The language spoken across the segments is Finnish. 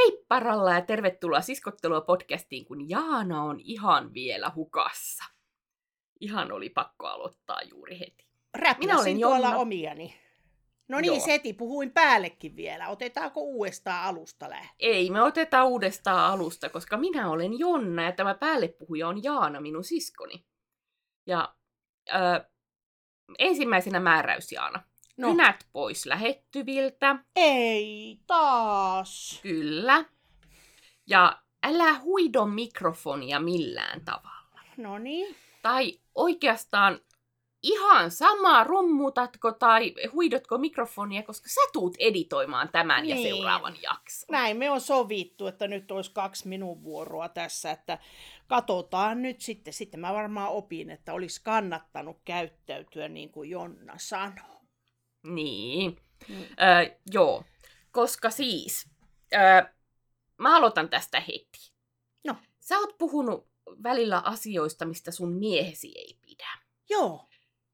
Heipparalla ja tervetuloa Siskottelua podcastiin, kun Jaana on ihan vielä hukassa. Ihan oli pakko aloittaa juuri heti. Räpläsin tuolla omiani. No niin, Joo. Seti, puhuin päällekin vielä. Otetaanko uudestaan alusta lähtien? Ei, me otetaan uudestaan alusta, koska minä olen Jonna ja tämä päällepuhuja on Jaana, minun siskoni. Ja ensimmäisenä määräys, Jaana. No. Kynät pois lähettyviltä. Ei taas. Kyllä. Ja älä huido mikrofonia millään tavalla. No niin. Tai oikeastaan ihan sama, rummutatko tai huidotko mikrofonia, koska sä tuut editoimaan tämän Niin. ja seuraavan jakson. Näin me on sovittu, että nyt olisi 2 minun vuoroa tässä, että katsotaan nyt sitten. Sitten mä varmaan opin, että olisi kannattanut käyttäytyä niin kuin Jonna sanoo. Niin. Joo, koska siis, mä aloitan tästä heti. No. Sä oot puhunut välillä asioista, mistä sun miehesi ei pidä. Joo.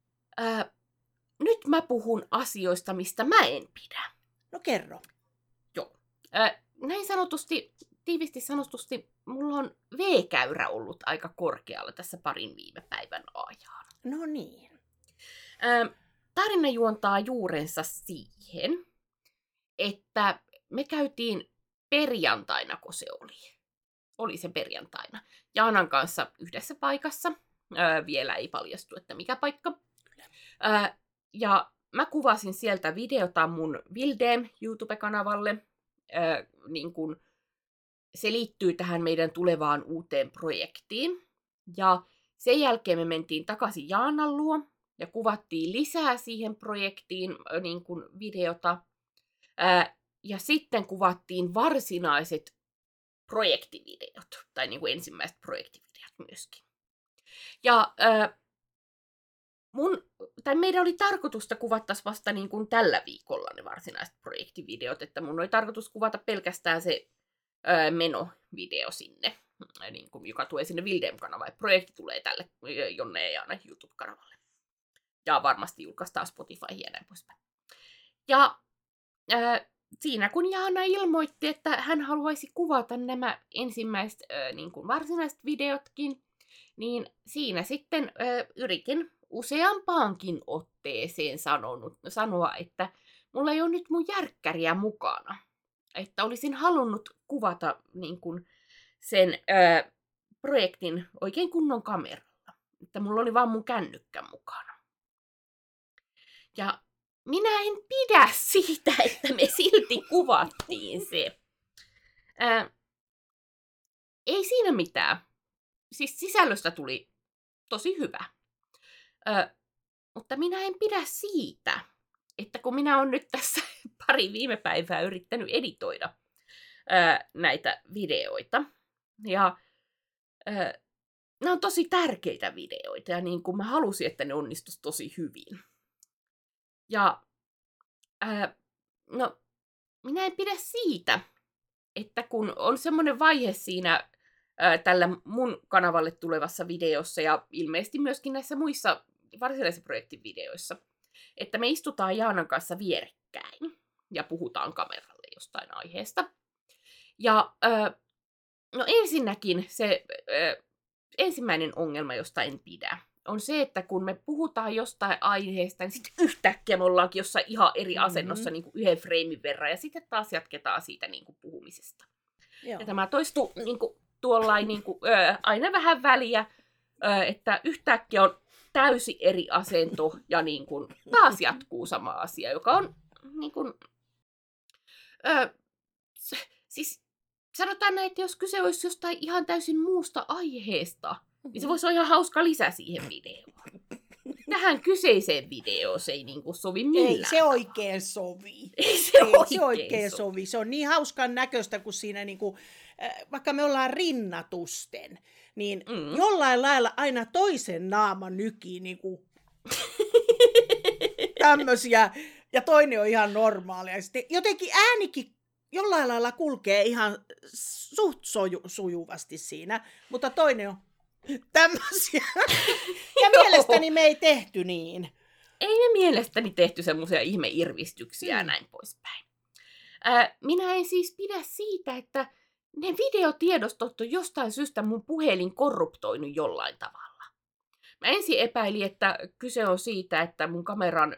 Nyt mä puhun asioista, mistä mä en pidä. No kerro. Joo. Näin sanotusti, tiivisti sanotusti, mulla on V-käyrä ollut aika korkealla tässä parin viime päivän ajan. No niin. Tarina juontaa juurensa siihen, että me käytiin perjantaina, kun se oli. Oli se perjantaina. Jaanan kanssa yhdessä paikassa. Vielä ei paljastu, että mikä paikka. Ja mä kuvasin sieltä videota mun Vildem YouTube-kanavalle. Niin kun se liittyy tähän meidän tulevaan uuteen projektiin. Ja sen jälkeen me mentiin takaisin Jaanan luo ja kuvattiin lisää siihen projektiin niin kun videota. Ja sitten kuvattiin varsinaiset projektivideot, tai niin kuin ensimmäiset projektivideot myöskin. Ja meidän oli tarkoitusta kuvattaisiin vasta niin kuin tällä viikolla ne varsinaiset projektivideot, että mun oli tarkoitus kuvata pelkästään se menovideo sinne, niin kuin, joka tulee sinne Vildem-kanavalle. Projekti tulee tälle Jonne ja Jaana YouTube-kanavalle. Ja varmasti julkaistaan Spotify ja näin poispäin. Ja siinä kun Jaana ilmoitti, että hän haluaisi kuvata nämä ensimmäiset niin kuin varsinaiset videotkin, niin siinä sitten yritin useampaankin otteeseen sanoa, että mulla ei ole nyt mun järkkäriä mukana. Että olisin halunnut kuvata niin kuin sen projektin oikein kunnon kameralla. Että mulla oli vaan mun kännykkä mukana. Ja minä en pidä siitä, että me silti kuvattiin se. Ei siinä mitään. Siis sisällöstä tuli tosi hyvä. Mutta minä en pidä siitä, että kun minä olen nyt tässä pari viime päivää yrittänyt editoida näitä videoita. Ja nämä on tosi tärkeitä videoita ja niin kuin mä halusin, että ne onnistuisi tosi hyvin. Ja no, minä en pidä siitä, että kun on semmoinen vaihe siinä tällä mun kanavalle tulevassa videossa ja ilmeisesti myöskin näissä muissa varsinaisissa projektin videoissa, että me istutaan Jaanan kanssa vierekkäin ja puhutaan kameralle jostain aiheesta. Ja no ensinnäkin se ensimmäinen ongelma, josta en pidä, on se, että kun me puhutaan jostain aiheesta, niin sitten yhtäkkiä me ollaankin jossain ihan eri asennossa niin kuin yhden freimin verran, ja sitten taas jatketaan siitä niin kuin puhumisesta. Joo. Ja tämä toistuu niin kuin tuollain niin kuin, aina vähän väliä, että yhtäkkiä on täysin eri asento, ja niin kuin taas jatkuu sama asia, joka on niin kuin, siis sanotaan näin, että jos kyse olisi jostain ihan täysin muusta aiheesta, niin se voisi olla ihan hauska lisä siihen videoon. Tähän kyseiseen videoon se ei niinku sovi millään. Ei se oikein sovi. Ei se oikein sovi. Se on niin hauskan näköistä, kun siinä niinku, vaikka me ollaan rinnatusten, niin jollain lailla aina toisen naama nykii niinku tämmösiä, ja toinen on ihan normaalia. Ja sitten jotenkin äänikin jollain lailla kulkee ihan suht sujuvasti siinä, mutta toinen on tämmöisiä. Ja mielestäni me ei tehty niin. Ei me mielestäni tehty semmoisia ihmeirvistyksiä ja näin poispäin. Minä en siis pidä siitä, että ne videotiedostot on jostain syystä mun puhelin korruptoinut jollain tavalla. Mä ensin epäilin, että kyse on siitä, että mun kameran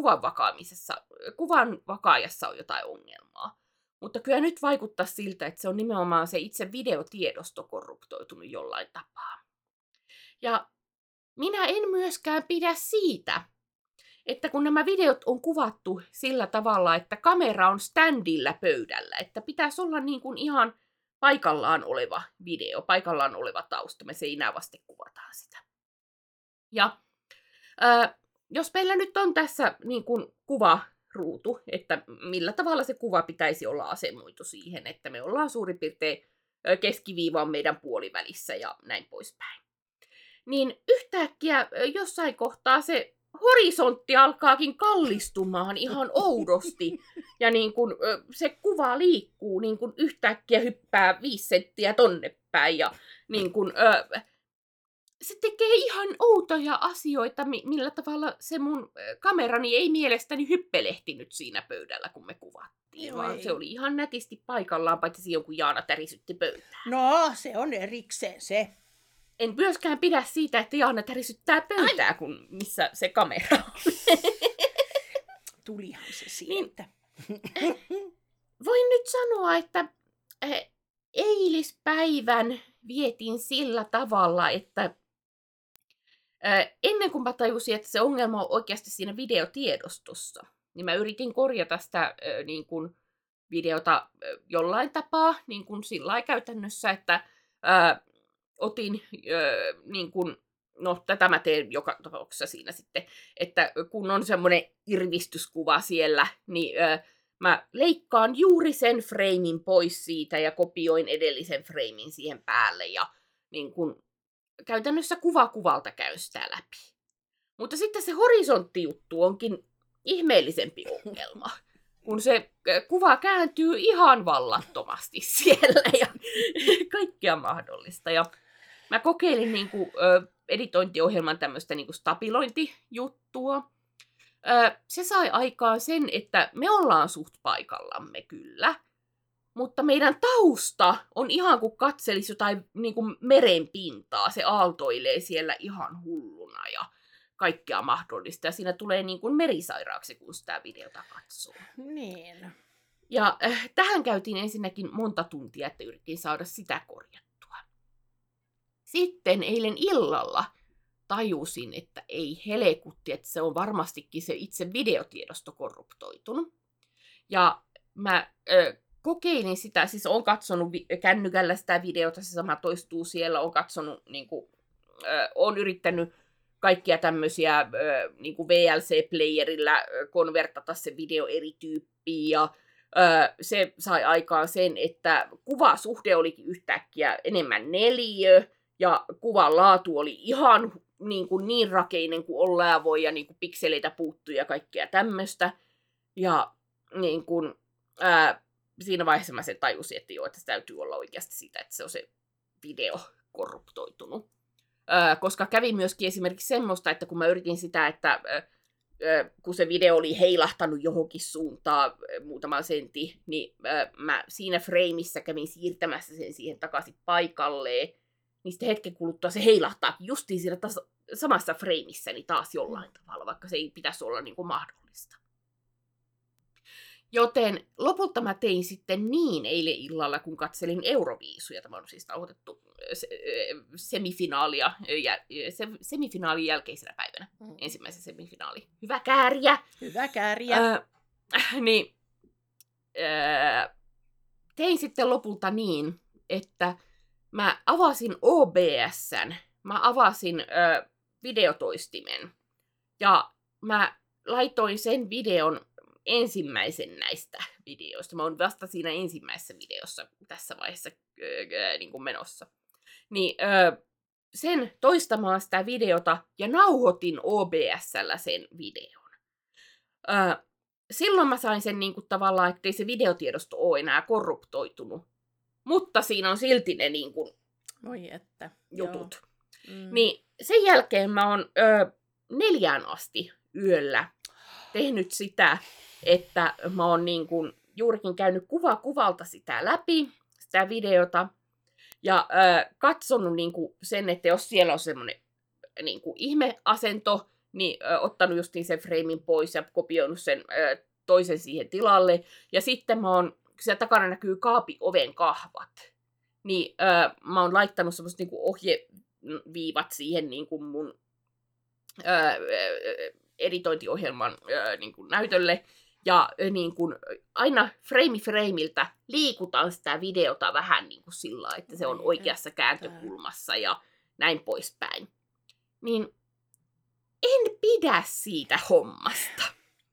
kuvan vakaajassa on jotain ongelmaa. Mutta kyllä nyt vaikuttaa siltä, että se on nimenomaan se itse videotiedosto korruptoitunut jollain tapaa. Ja minä en myöskään pidä siitä, että kun nämä videot on kuvattu sillä tavalla, että kamera on standilla pöydällä, että pitäisi olla niin kuin ihan paikallaan oleva video, paikallaan oleva tausta, me seinää vasten kuvataan sitä. Ja jos meillä nyt on tässä niin kuin kuvaruutu, että millä tavalla se kuva pitäisi olla asemoitu siihen, että me ollaan suurin piirtein keskiviivan meidän puolivälissä ja näin poispäin. Niin yhtäkkiä jossain kohtaa se horisontti alkaakin kallistumaan ihan oudosti. Ja niin kun, se kuva liikkuu, niin kun yhtäkkiä hyppää 5 senttiä tonne päin. Ja niin kun, se tekee ihan outoja asioita, millä tavalla se mun kamerani ei mielestäni hyppelehtinyt siinä pöydällä, kun me kuvattiin. Joo, Vaan ei. se oli ihan nätisti paikallaan, paitsi jonkun Jaana tärisytti pöytään. No, se on erikseen se. En myöskään pidä siitä, että Jaana tärisyttää pöytää, kun missä se kamera on. Tulihan se sieltä. Voin nyt sanoa, että eilispäivän vietin sillä tavalla, että ennen kuin mä tajusin, että se ongelma on oikeasti siinä videotiedostossa, niin mä yritin korjata sitä niin kuin videota jollain tapaa, niin kuin sillä käytännössä, että otin niin kuin, no tätä mä teen joka tapauksessa siinä sitten, että kun on semmoinen irvistyskuva siellä, niin mä leikkaan juuri sen framein pois siitä ja kopioin edellisen framein siihen päälle ja niin kun, käytännössä kuva kuvalta käy sitä läpi. Mutta sitten se horisonttijuttu onkin ihmeellisempi ongelma, kun se kuva kääntyy ihan vallattomasti siellä ja kaikkea mahdollista. Ja mä kokeilin niin kuin, editointiohjelman tämmöistä niin kuin stabilointijuttua. Se sai aikaan sen, että me ollaan suht paikallamme kyllä, mutta meidän tausta on ihan kuin katselisi jotain niin kuin merenpintaa. Se aaltoilee siellä ihan hulluna ja kaikkea mahdollista. Ja siinä tulee niin kuin merisairaaksi, kun sitä videota katsoo. Niin. Ja tähän käytiin ensinnäkin monta tuntia, että yritin saada sitä korjattua. Sitten eilen illalla tajusin, että ei helekutti, että se on varmastikin se itse videotiedosto korruptoitunut. Ja mä kokeilin sitä, siis olen katsonut kännykällä sitä videota, se sama toistuu siellä, olen katsonut, niin kuin, olen yrittänyt kaikkia tämmöisiä niin kuin VLC-playerillä konvertata se video eri tyyppiin, ja se sai aikaan sen, että kuvasuhde olikin yhtäkkiä enemmän 4, ja kuvan laatu oli ihan niin rakeinen kuin ollaan voi, ja niin kuin pikseleitä puuttui ja kaikkea tämmöistä. Ja niin kuin, siinä vaiheessa mä sen tajusin, että joo, että se täytyy olla oikeasti sitä, että se on se video korruptoitunut. Koska kävi myöskin esimerkiksi semmoista, että kun mä yritin sitä, että kun se video oli heilahtanut johonkin suuntaan muutaman sentti, niin mä siinä frameissa kävin siirtämässä sen siihen takaisin paikalleen, niin sitten hetken kuluttua se heilahtaa justiin siinä samassa frameissa niin taas jollain tavalla, vaikka se ei pitäisi olla niin kuin mahdollista. Joten lopulta mä tein sitten niin eilen illalla, kun katselin Euroviisuja. Tämä on siis nauhoitettu semifinaalin jälkeisenä päivänä. Ensimmäisen semifinaali. Hyvä kääriä! Hyvä kääriä. Niin, tein sitten lopulta niin, että mä avasin OBS:n, mä avasin videotoistimen ja mä laitoin sen videon ensimmäisen näistä videoista. Mä oon vasta siinä ensimmäisessä videossa tässä vaiheessa niin kuin menossa. Niin sen toistamaan sitä videota ja nauhoitin OBS:llä sen videon. Silloin mä sain sen niin kuin tavallaan, ettei se videotiedosto ole enää korruptoitunut. Mutta siinä on silti ne niin kuin Voi että. jutut. Niin sen jälkeen mä oon 4 asti yöllä tehnyt sitä, että mä oon niin kuin juurikin käynyt kuva kuvalta sitä läpi, sitä videota, ja katsonut niin kuin sen, että jos siellä on semmoinen niin kuin ihmeasento, niin ottanut justiin sen freimin pois ja kopioinut sen toisen siihen tilalle. Ja sitten siellä takana näkyy kaapioven kahvat. Niin mä oon laittanut semmoiset niin kuin ohjeviivat siihen niin kuin mun editointiohjelman niin kuin näytölle. Ja niin kuin aina freimiltä liikutaan sitä videota vähän niin kuin sillä, että se on oikeassa kääntökulmassa ja näin poispäin. Niin en pidä siitä hommasta.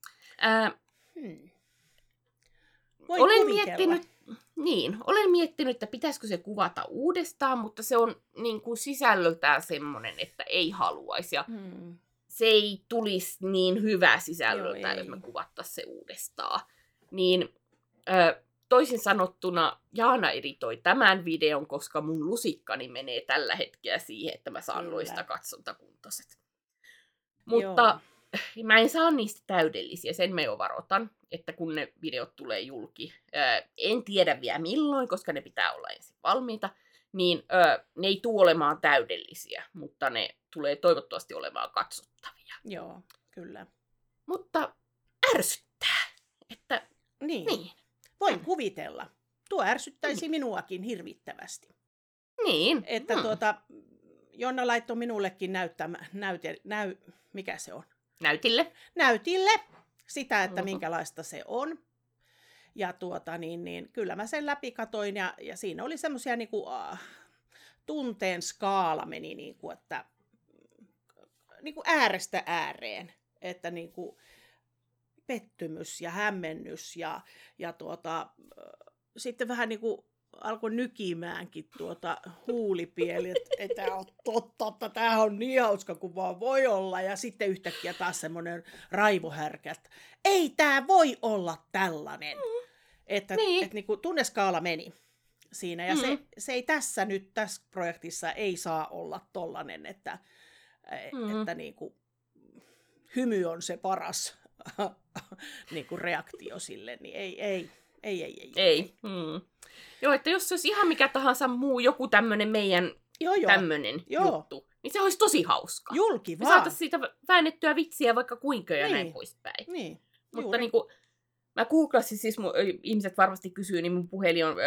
Olen miettinyt, että pitäisikö se kuvata uudestaan, mutta se on niin kuin sisällöltään semmoinen, että ei haluaisi. Ja se ei tulisi niin hyvä sisällöltään, jos me kuvattaisiin se uudestaan. Niin toisin sanottuna Jaana editoi tämän videon, koska mun lusikkani menee tällä hetkellä siihen, että mä saan noista katsontakuntoiset. Mutta mä en saa niistä täydellisiä, sen mä jo varoitan, että kun ne videot tulee julki, en tiedä vielä milloin, koska ne pitää olla ensin valmiita, niin ne ei tule olemaan täydellisiä, mutta ne tulee toivottavasti olemaan katsottavia. Joo, kyllä. Mutta ärsyttää, että niin. Voin kuvitella. Tuo ärsyttäisi minuakin hirvittävästi. Niin. Että Jonna laittoi minullekin mikä se on? Näytille sitä, että minkälaista se on. Ja kyllä mä sen läpi katoin ja siinä oli semmoisia niinku, tunteen skaala meni niinku, että niinku äärestä ääreen, että niinku pettymys ja hämmennys ja sitten vähän niinku alkoi nykimäänkin huulipieli, että tämä on totta, että tämä on niin hauska kuin vaan voi olla. Ja sitten yhtäkkiä taas semmoinen raivohärkä, että ei tämä voi olla tällainen. Että niinku tunneskaala meni siinä. Ja se ei tässä projektissa ei saa olla tollainen, että niinku, hymy on se paras niinku reaktio sille, niin ei. Joo, että jos se olisi ihan mikä tahansa muu, joku tämmöinen meidän tämmöinen juttu, niin se olisi tosi hauska. Julki vaan. Me saataisiin siitä väännettyä vitsiä vaikka kuinka ja näin poispäin. Niin, mutta niin kuin, mä googlasin, siis ihmiset varmasti kysyy, niin mun puhelin on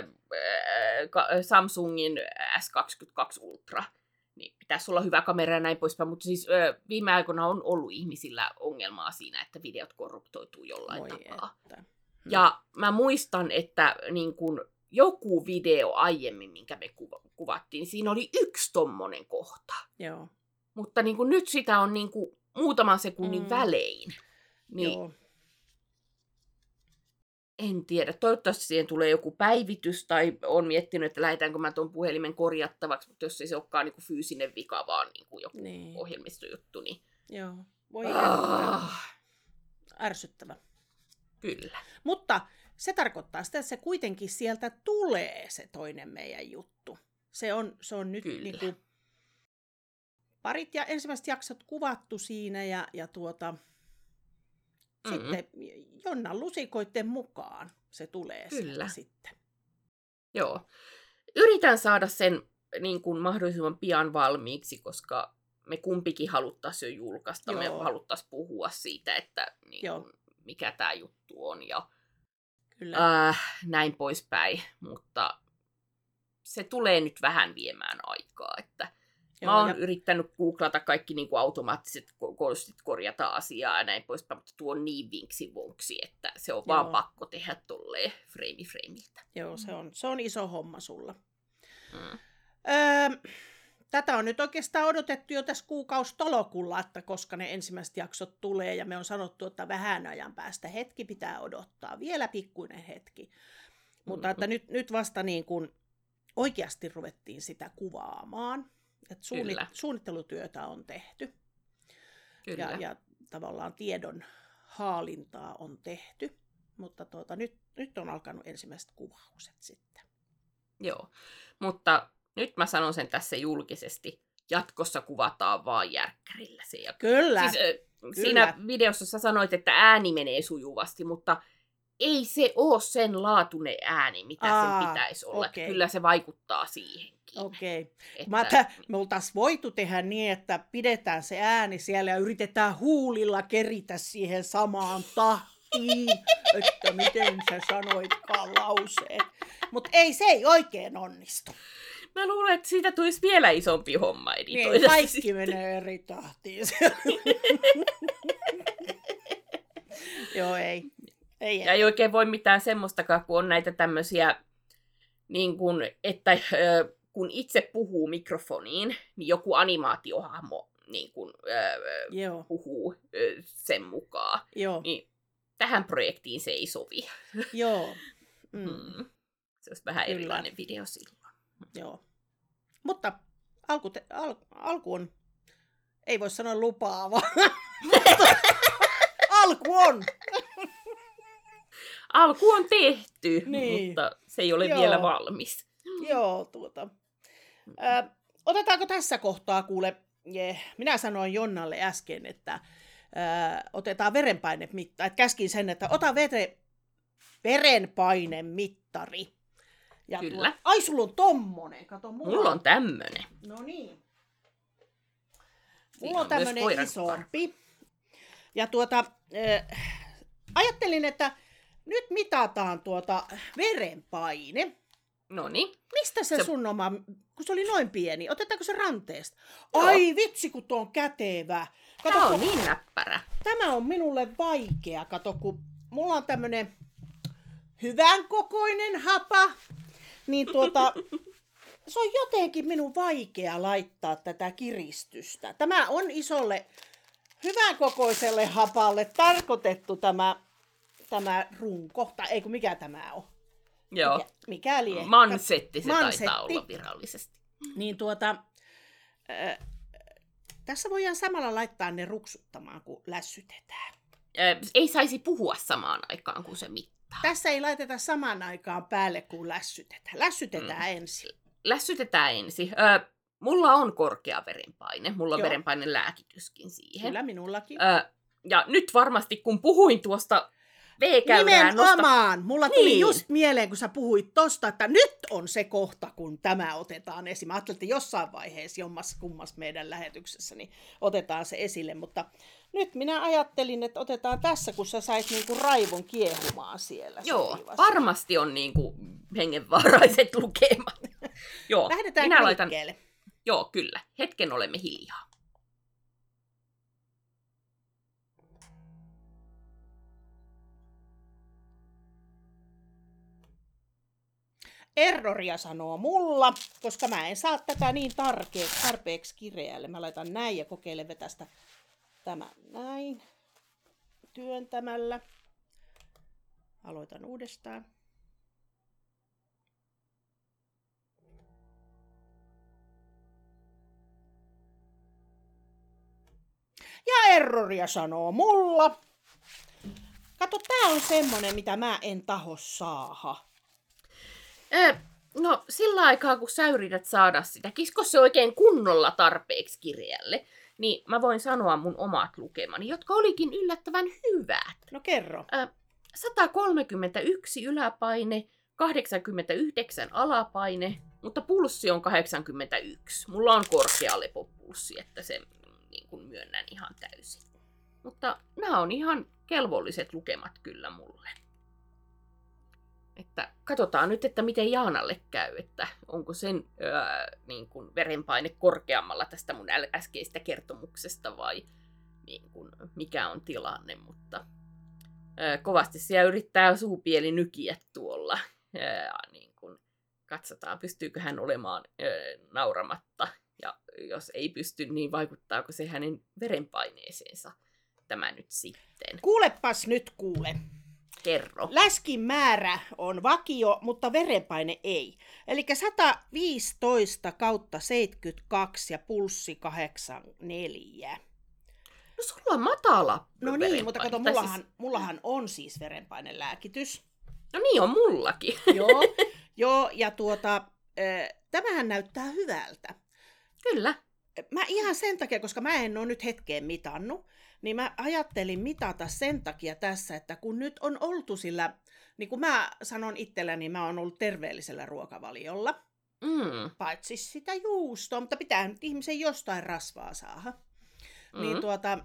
Samsungin S22 Ultra. Niin pitäisi olla hyvä kamera ja näin poispäin, mutta siis viime aikoina on ollut ihmisillä ongelmaa siinä, että videot korruptoituu jollain tapaa. Ja mä muistan, että niin kun joku video aiemmin, minkä me kuvattiin, niin siinä oli yksi tommonen kohta. Joo. Mutta niin kun nyt sitä on niin kun muutaman sekunnin välein. Niin Joo. En tiedä. Toivottavasti siihen tulee joku päivitys, tai on miettinyt, että lähetäänkö mä tuon puhelimen korjattavaksi, mutta jos ei se olekaan niin kuin fyysinen vika, vaan niin kuin joku ohjelmistojuttu, niin... Joo. Voi ärsyttävä. Kyllä. Mutta se tarkoittaa sitä, että se kuitenkin sieltä tulee se toinen meidän juttu. Se on nyt niin kuin parit ja ensimmäiset jaksot kuvattu siinä ja sitten Jonnan lusikoiden mukaan se tulee sieltä sitten. Joo. Yritän saada sen niin kuin mahdollisimman pian valmiiksi, koska me kumpikin haluttaisiin jo julkaista. Me haluttaisiin puhua siitä, että niin kuin, mikä tämä juttu on ja näin poispäin. Mutta se tulee nyt vähän viemään aikaa, että mä oon yrittänyt googlata kaikki niin kuin automaattiset konstit korjata asiaa ja näin poispäin, mutta tuo on niin vinksi-vonksi, että se on vaan pakko tehdä tolleen freimiltä. Joo, se on iso homma sulla. Tätä on nyt oikeastaan odotettu jo tässä kuukausitolokulla, että koska ne ensimmäiset jaksot tulee, ja me on sanottu, että vähän ajan päästä hetki pitää odottaa, vielä pikkuinen hetki. Mutta että nyt vasta niin kuin oikeasti ruvettiin sitä kuvaamaan. Että suunnittelutyötä on tehty ja tavallaan tiedon haalintaa on tehty, mutta nyt on alkanut ensimmäiset kuvaukset sitten. Joo, mutta nyt mä sanon sen tässä julkisesti. Jatkossa kuvataan vaan järkkärillä se. Kyllä. Siis, siinä videossa sä sanoit, että ääni menee sujuvasti, mutta ei se ole sen laatuinen ääni, mitä sen pitäisi olla. okei. Kyllä se vaikuttaa siihenkin. Okei. Että, Me oltaisiin voitu tehdä niin, että pidetään se ääni siellä ja yritetään huulilla keritä siihen samaan tahtiin, että miten sä sanoitkaan lauseet. Mutta se ei oikein onnistu. mä luulen, että siitä tulisi vielä isompi homma editoida. Niin, kaikki menee eri tahtiin. Joo, ei. Ja ei oikein voi mitään semmoistakaan, kun on näitä tämmöisiä, niin kun, että kun itse puhuu mikrofoniin, niin joku animaatiohahmo niin kun, puhuu sen mukaan. Joo. Niin tähän projektiin se ei sovi. Joo. Se olisi vähän erilainen video silloin. Joo. Mutta alku on, ei voi sanoa lupaava. Alku on. Alku on tehty, Niin. mutta se ei ole vielä valmis. Joo, otetaanko tässä kohtaa, kuule, minä sanoin Jonnalle äsken, että otetaan verenpainemittari. Että käskin sen, että ota verenpainemittari. Ja Kyllä. Ai, sulla on tommonen. Kato, Mulla on tämmönen. No niin. Siinä Mulla on tämmönen myös isompi. Ja ajattelin, että nyt mitataan verenpaine. Noniin. Mistä se sun oma, kun se oli noin pieni, otetaanko se ranteesta? Ai vitsi, kun tuo on kätevä. Kato, Tämä on niin näppärä. Tämä on minulle vaikea, kato, kun mulla on tämmönen hyvän kokoinen hapa, niin se on jotenkin minun vaikea laittaa tätä kiristystä. Tämä on isolle, hyvän kokoiselle hapalle tarkoitettu tämä runko, tai ei kun mikä tämä on. Joo. Mikä lie? Mansetti se taitaa olla virallisesti. Niin tässä voidaan samalla laittaa ne ruksuttamaan, kun lässytetään. Ei saisi puhua samaan aikaan, kun se mittaa. Tässä ei laiteta samaan aikaan päälle, kun lässytetään. Lässytetään ensin. Lässytetään ensin. Mulla on korkea verenpaine. Mulla on verenpainelääkityskin siihen. Kyllä, minullakin. Ja nyt varmasti, kun puhuin tuosta V-käyrää nimenomaan! Mulla tuli just mieleen, kun sä puhuit tosta, että nyt on se kohta, kun tämä otetaan esiin. Mä ajattelin, että jossain vaiheessa jommassa kummassa meidän lähetyksessä niin otetaan se esille, mutta nyt minä ajattelin, että otetaan tässä, kun sä sait niinku raivon kiehumaan siellä. Joo, varmasti on niinku hengenvaaraiset lukemat. Joo, lähdetään liikkeelle. Joo, kyllä. Hetken olemme hiljaa. Erroria sanoo mulla, koska mä en saa tätä niin tarpeeksi kireälle. Mä laitan näin ja kokeilen vetästä tämä näin työntämällä. Aloitan uudestaan. Ja erroria sanoo mulla. Kato, tää on semmonen, mitä mä en taho saada. No, sillä aikaa, kun sä yrität saada sitä, kisko se oikein kunnolla tarpeeksi kireälle, niin mä voin sanoa mun omat lukemani, jotka olikin yllättävän hyvät. No kerro. 131 yläpaine, 89 alapaine, mutta pulssi on 81. Mulla on korkea lepopulssi, että se niin kun myönnän ihan täysin. Mutta nämä on ihan kelvolliset lukemat kyllä mulle. Että katsotaan nyt, että miten Jaanalle käy, että onko sen niin kuin verenpaine korkeammalla tästä mun äskeisestä kertomuksesta vai niin kuin, mikä on tilanne, mutta kovasti siellä yrittää suupieli nykiä tuolla. Niin kuin, katsotaan, pystyykö hän olemaan nauramatta ja jos ei pysty, niin vaikuttaako se hänen verenpaineeseensa tämä nyt sitten. Kuulepas nyt kuule. Kerro. Läskin määrä on vakio, mutta verenpaine ei. Eli 115/72 ja pulssi 84. No sulla on matala No niin, mutta kato, mullahan on siis verenpainelääkitys. No niin on mullakin. Joo, ja tämähän näyttää hyvältä. Kyllä. Mä ihan sen takia, koska mä en ole nyt hetkeen mitannut, niin mä ajattelin mitata sen takia tässä, että kun nyt on oltu sillä niin kuin mä sanon itselläni, mä oon ollut terveellisellä ruokavaliolla. Paitsi sitä juustoa, mutta pitää nyt ihmisen jostain rasvaa saada. Niin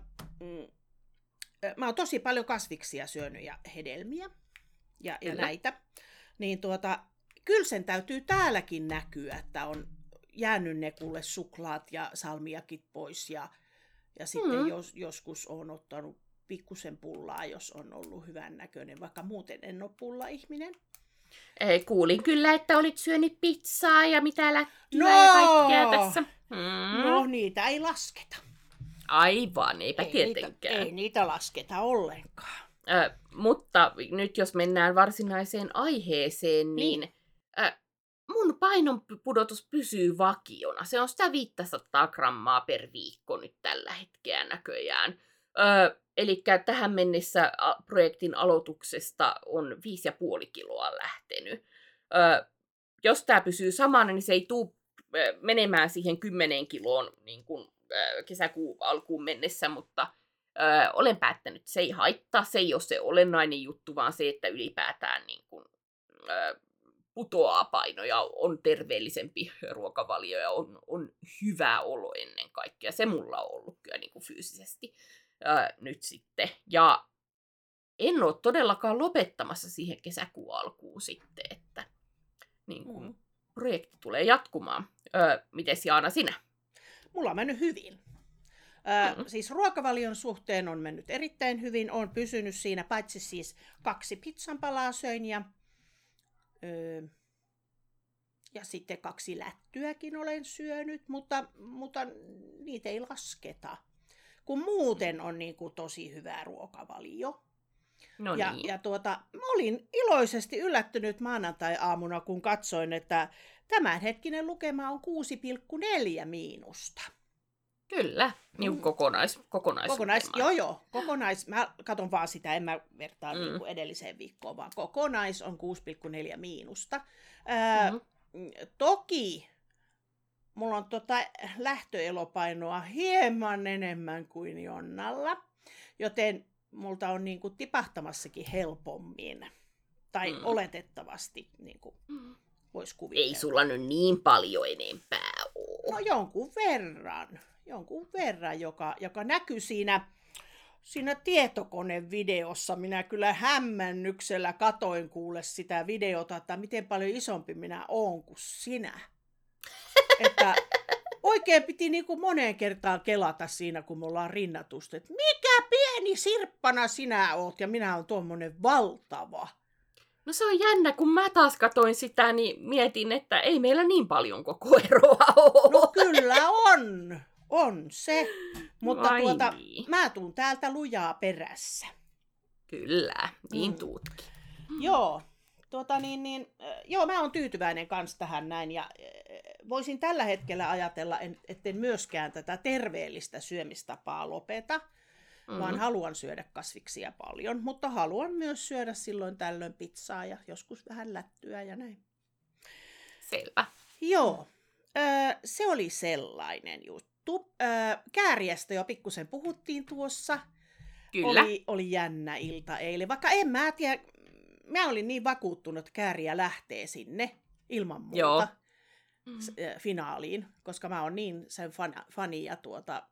mä oon tosi paljon kasviksia syönyt ja hedelmiä ja näitä. Niin kyllä sen täytyy täälläkin näkyä, että on jäänyt ne kuule suklaat ja salmiakit pois. Ja sitten joskus on ottanut pikkusen pullaa, jos on ollut hyvän näköinen, vaikka muuten en ole pulla-ihminen. Kuulin kyllä, että olit syönyt pizzaa ja mitä lättyä ja kaikkea tässä. No, niitä ei lasketa. Aivan, eipä tietenkään. Ei niitä lasketa ollenkaan. Mutta nyt jos mennään varsinaiseen aiheeseen, niin mun painon pudotus pysyy vakiona. Se on sitä 500 grammaa per viikko nyt tällä hetkellä näköjään. Eli tähän mennessä projektin aloituksesta on 5,5 kiloa lähtenyt. Jos tämä pysyy samana, niin se ei tule menemään siihen 10 kiloon niin kuin kesäkuun alkuun mennessä, mutta olen päättänyt, että se ei haittaa, se ei ole se olennainen juttu, vaan se, että ylipäätään niin kuin, putoaa paino ja on terveellisempi ruokavalio ja on hyvä olo ennen kaikkea. Se mulla on ollut kyllä niin kuin fyysisesti nyt sitten. Ja en ole todellakaan lopettamassa siihen kesäkuun alkuun sitten, että niin kuin, projekti tulee jatkumaan. Mites Jaana sinä? Mulla on mennyt hyvin. Siis ruokavalion suhteen on mennyt erittäin hyvin. Olen pysynyt siinä, paitsi siis 2 pizzanpalaa söin ja sitten 2 lättyäkin olen syönyt, mutta niitä ei lasketa. Kun muuten on niin kuin tosi hyvä ruokavalio. No ja, niin. ja mä olin iloisesti yllättynyt maanantai-aamuna, kun katsoin, että tämänhetkinen lukema on 6,4 miinusta. Kyllä, niin kokonais. Joo. Mä katson vaan sitä, en mä vertaa niin kuin edelliseen viikkoon, vaan kokonais on 6,4 miinusta. Toki mulla on lähtöelopainoa hieman enemmän kuin Jonnalla, joten multa on niin kuin tipahtamassakin helpommin. Tai oletettavasti niin kuin voisi kuvitella. Ei sulla nyt niin paljon enempää ole. No jonkun verran, joka näkyy siinä tietokonevideossa. Minä kyllä hämmennyksellä katoin kuule sitä videota, että miten paljon isompi minä oon kuin sinä. Että oikein piti niin kuin moneen kertaan kelata siinä, kun me ollaan rinnatusta, että mikä pieni sirppana sinä oot ja minä oon tuommoinen valtava. No se on jännä, kun mä taas katoin sitä, niin mietin, että ei meillä niin paljon koko eroa ole. No kyllä on se, mutta niin. mä tuun täältä lujaa perässä. Kyllä, niin tuutkin. Joo, joo, mä oon tyytyväinen kans tähän näin ja voisin tällä hetkellä ajatella, etten myöskään tätä terveellistä syömistapaa lopeta, vaan haluan syödä kasviksia paljon, mutta haluan myös syödä silloin tällöin pizzaa ja joskus vähän lättyä ja näin. Selvä. Joo, se oli sellainen juttu. Kääriästä jo pikkusen puhuttiin tuossa. Kyllä. Oli jännä ilta eilen, vaikka en mä tiedä, mä olin niin vakuuttunut, että Kääriä lähtee sinne ilman muuta finaaliin, koska mä oon niin sen fani ja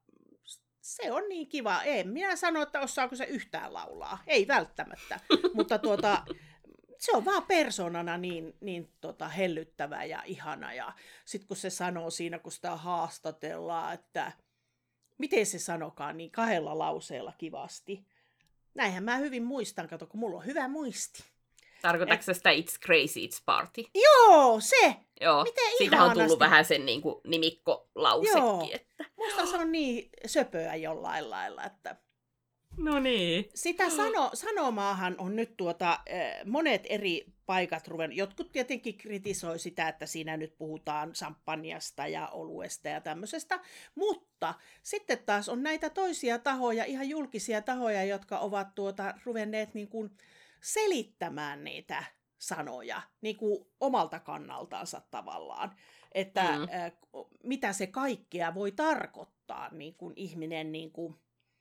se on niin kiva. En minä sano, että osaako se yhtään laulaa. Ei välttämättä, mutta se on vaan persoonana niin hellyttävä ja ihana. Ja sitten kun se sanoo siinä, kun sitä haastatellaan, että miten se sanokaan niin 2 lauseella kivasti. Näinhän mä hyvin muistan, kato, kun mulla on hyvä muisti. Tarkoitatko sitä It's Crazy, It's Party? Joo, se! Joo, siitä on tullut vähän sen niin kuin nimikkolausekin. Joo, musta se on niin söpöä jollain lailla, että... No niin. Sitä sanomaahan on nyt monet eri paikat ruvennut. Jotkut tietenkin kritisoi sitä, että siinä nyt puhutaan samppanjasta ja oluesta ja tämmöisestä, mutta sitten taas on näitä toisia tahoja, ihan julkisia tahoja, jotka ovat ruvenneet niin kuin selittämään niitä sanoja niin kuin omalta kannaltaansa tavallaan, että mitä se kaikkea voi tarkoittaa, niin kuin ihminen niin kuin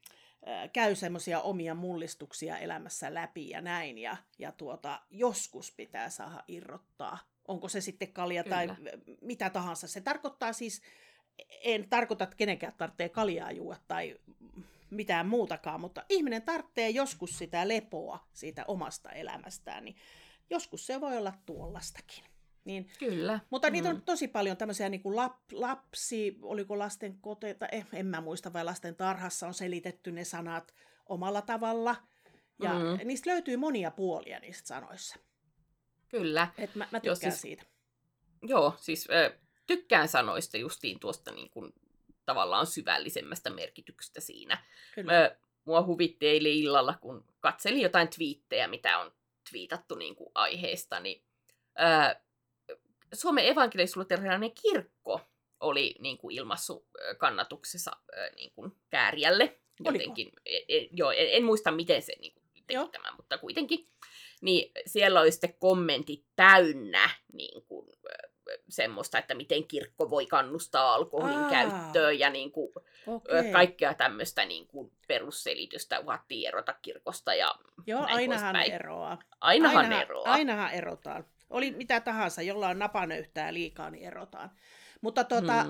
käy semmoisia omia mullistuksia elämässä läpi ja näin, ja joskus pitää saada irrottaa. Onko se sitten kalja tai mitä tahansa. Se tarkoittaa siis, en tarkoita, että kenenkään tarvitsee kaljaa juoda tai mitään muutakaan, mutta ihminen tarvitsee joskus sitä lepoa siitä omasta elämästään, niin joskus se voi olla tuollastakin. Niin, Kyllä. mutta niitä on tosi paljon tämmöisiä niin kuin lapsi, oliko lasten koteita, en mä muista, vai lasten tarhassa on selitetty ne sanat omalla tavalla. Ja niistä löytyy monia puolia niistä sanoissa. Kyllä. Et mä tykkään siitä. Joo, siis tykkään sanoista justiin tuosta niin kuin, tavallaan syvällisemmästä merkityksestä siinä. Mua huvitti eilen illalla, kun katselin jotain twiittejä, mitä on twiitattu niin kuin aiheesta, niin Suomen evankelis-luterilainen kirkko oli niin kuin ilmaissut kannatuksessa niin kuin Kääriälle. Jotenkin, en muista, miten se niin kuin teki tämän, mutta kuitenkin. Niin siellä oli sitten kommentit täynnä niin kuin, semmoista, että miten kirkko voi kannustaa alkoholin käyttöön ja niin kuin, kaikkea tämmöistä niin kuin perusselitystä uhattiin erota kirkosta ja ainahan eroaa. Ainahan erotaan. Oli mitä tahansa, jolla on napanöyhtää liikaa, niin erotaan. Mutta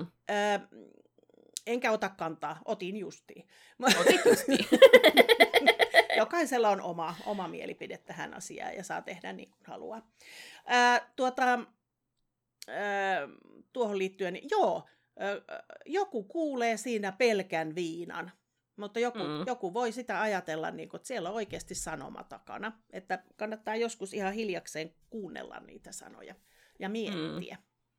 enkä ota kantaa, otin justiin. Otit justiin. Jokaisella on oma mielipide tähän asiaan ja saa tehdä niin kuin haluaa. Tuohon liittyen, niin joku kuulee siinä pelkän viinan, mutta joku voi sitä ajatella, niin kuin, että siellä on oikeasti sanoma takana. Että kannattaa joskus ihan hiljakseen kuunnella niitä sanoja ja miettiä.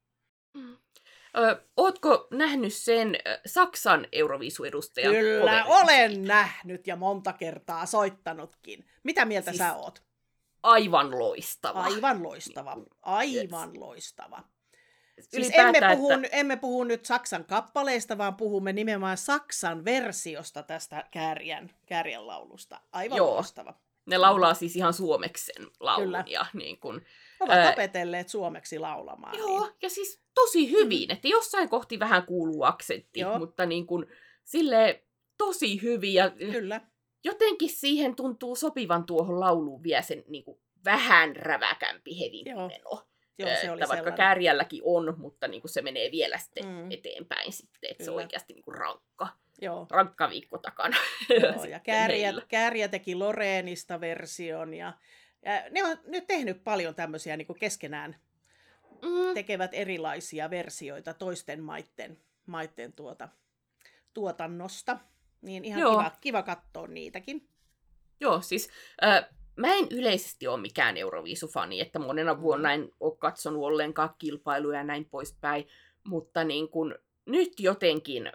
Ootko nähnyt sen Saksan Euroviisu-edustajan? Kyllä, olen nähnyt ja monta kertaa soittanutkin. Mitä mieltä sä oot? Aivan loistava. Aivan loistava. Siis emme puhu nyt Saksan kappaleista, vaan puhumme nimenomaan Saksan versiosta tästä Kääriän laulusta. Aivan loistava. Ne laulaa siis ihan suomeksi sen laulun. Kyllä. Ja niin kun, ovat opetelleet suomeksi laulamaan. Joo, niin. Ja siis tosi hyvin. Että jossain kohti vähän kuuluu aksentti, mutta niin kun, silleen tosi hyvin. Ja Kyllä. Jotenkin siihen tuntuu sopivan tuohon lauluun vielä sen niin kun, vähän räväkämpi hevinmeno. Joo, se oli vaikka sellainen. Kääriälläkin on, mutta niin kuin se menee vielä sitten eteenpäin sitten, että se on oikeasti niin kuin rankka. Joo. Rankka viikko takana. Joo, ja Kääriä teki Loreenista version, ja ne on nyt tehnyt paljon tämmöisiä niin kuin keskenään, tekevät erilaisia versioita toisten maitten tuotannosta, niin ihan kiva katsoa niitäkin. Joo, siis mä en yleisesti ole mikään Euroviisufani, että monena vuonna en ole katsonut ollenkaan kilpailuja ja näin poispäin, mutta niin kun, nyt jotenkin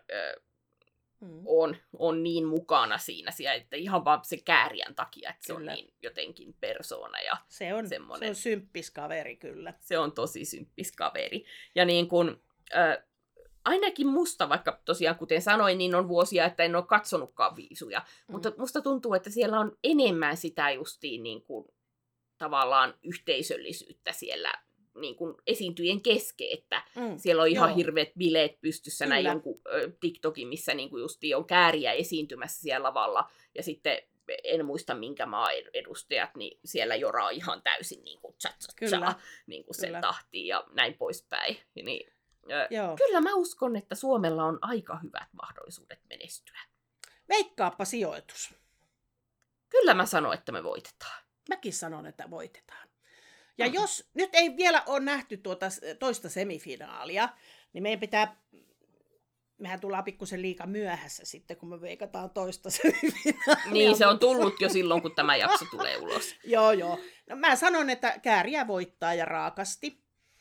on niin mukana siinä, että ihan vaan se Kääriän takia, että se on niin jotenkin persoona ja semmoinen. Se on symppis kaveri kyllä. Se on tosi symppis kaveri. Ja niin kun, ainakin musta, vaikka tosiaan kuten sanoin, niin on vuosia, että en ole katsonutkaan viisuja. Mutta musta tuntuu, että siellä on enemmän sitä justiin niin kuin, tavallaan yhteisöllisyyttä siellä niin kuin esiintyjien kesken. Että siellä on ihan hirveät bileet pystyssä, näin jonkun TikTokin, missä niin kuin justiin on Kääriä esiintymässä siellä lavalla. Ja sitten en muista minkä maa edustajat, niin siellä joraa ihan täysin niin kuin niin kuin sen tahtiin ja näin poispäin. Niin, kyllä mä uskon, että Suomella on aika hyvät mahdollisuudet menestyä. Veikkaappa sijoitus. Kyllä mä sanon, että me voitetaan. Mäkin sanon, että voitetaan. Ja jos nyt ei vielä ole nähty tuota toista semifinaalia, niin mehän tullaan pikkusen liikaa myöhässä sitten, kun me veikataan toista semifinaalia. Niin, se on tullut jo silloin, kun tämä jakso tulee ulos. Joo. No, mä sanon, että Kääriä voittaa ja raakasti.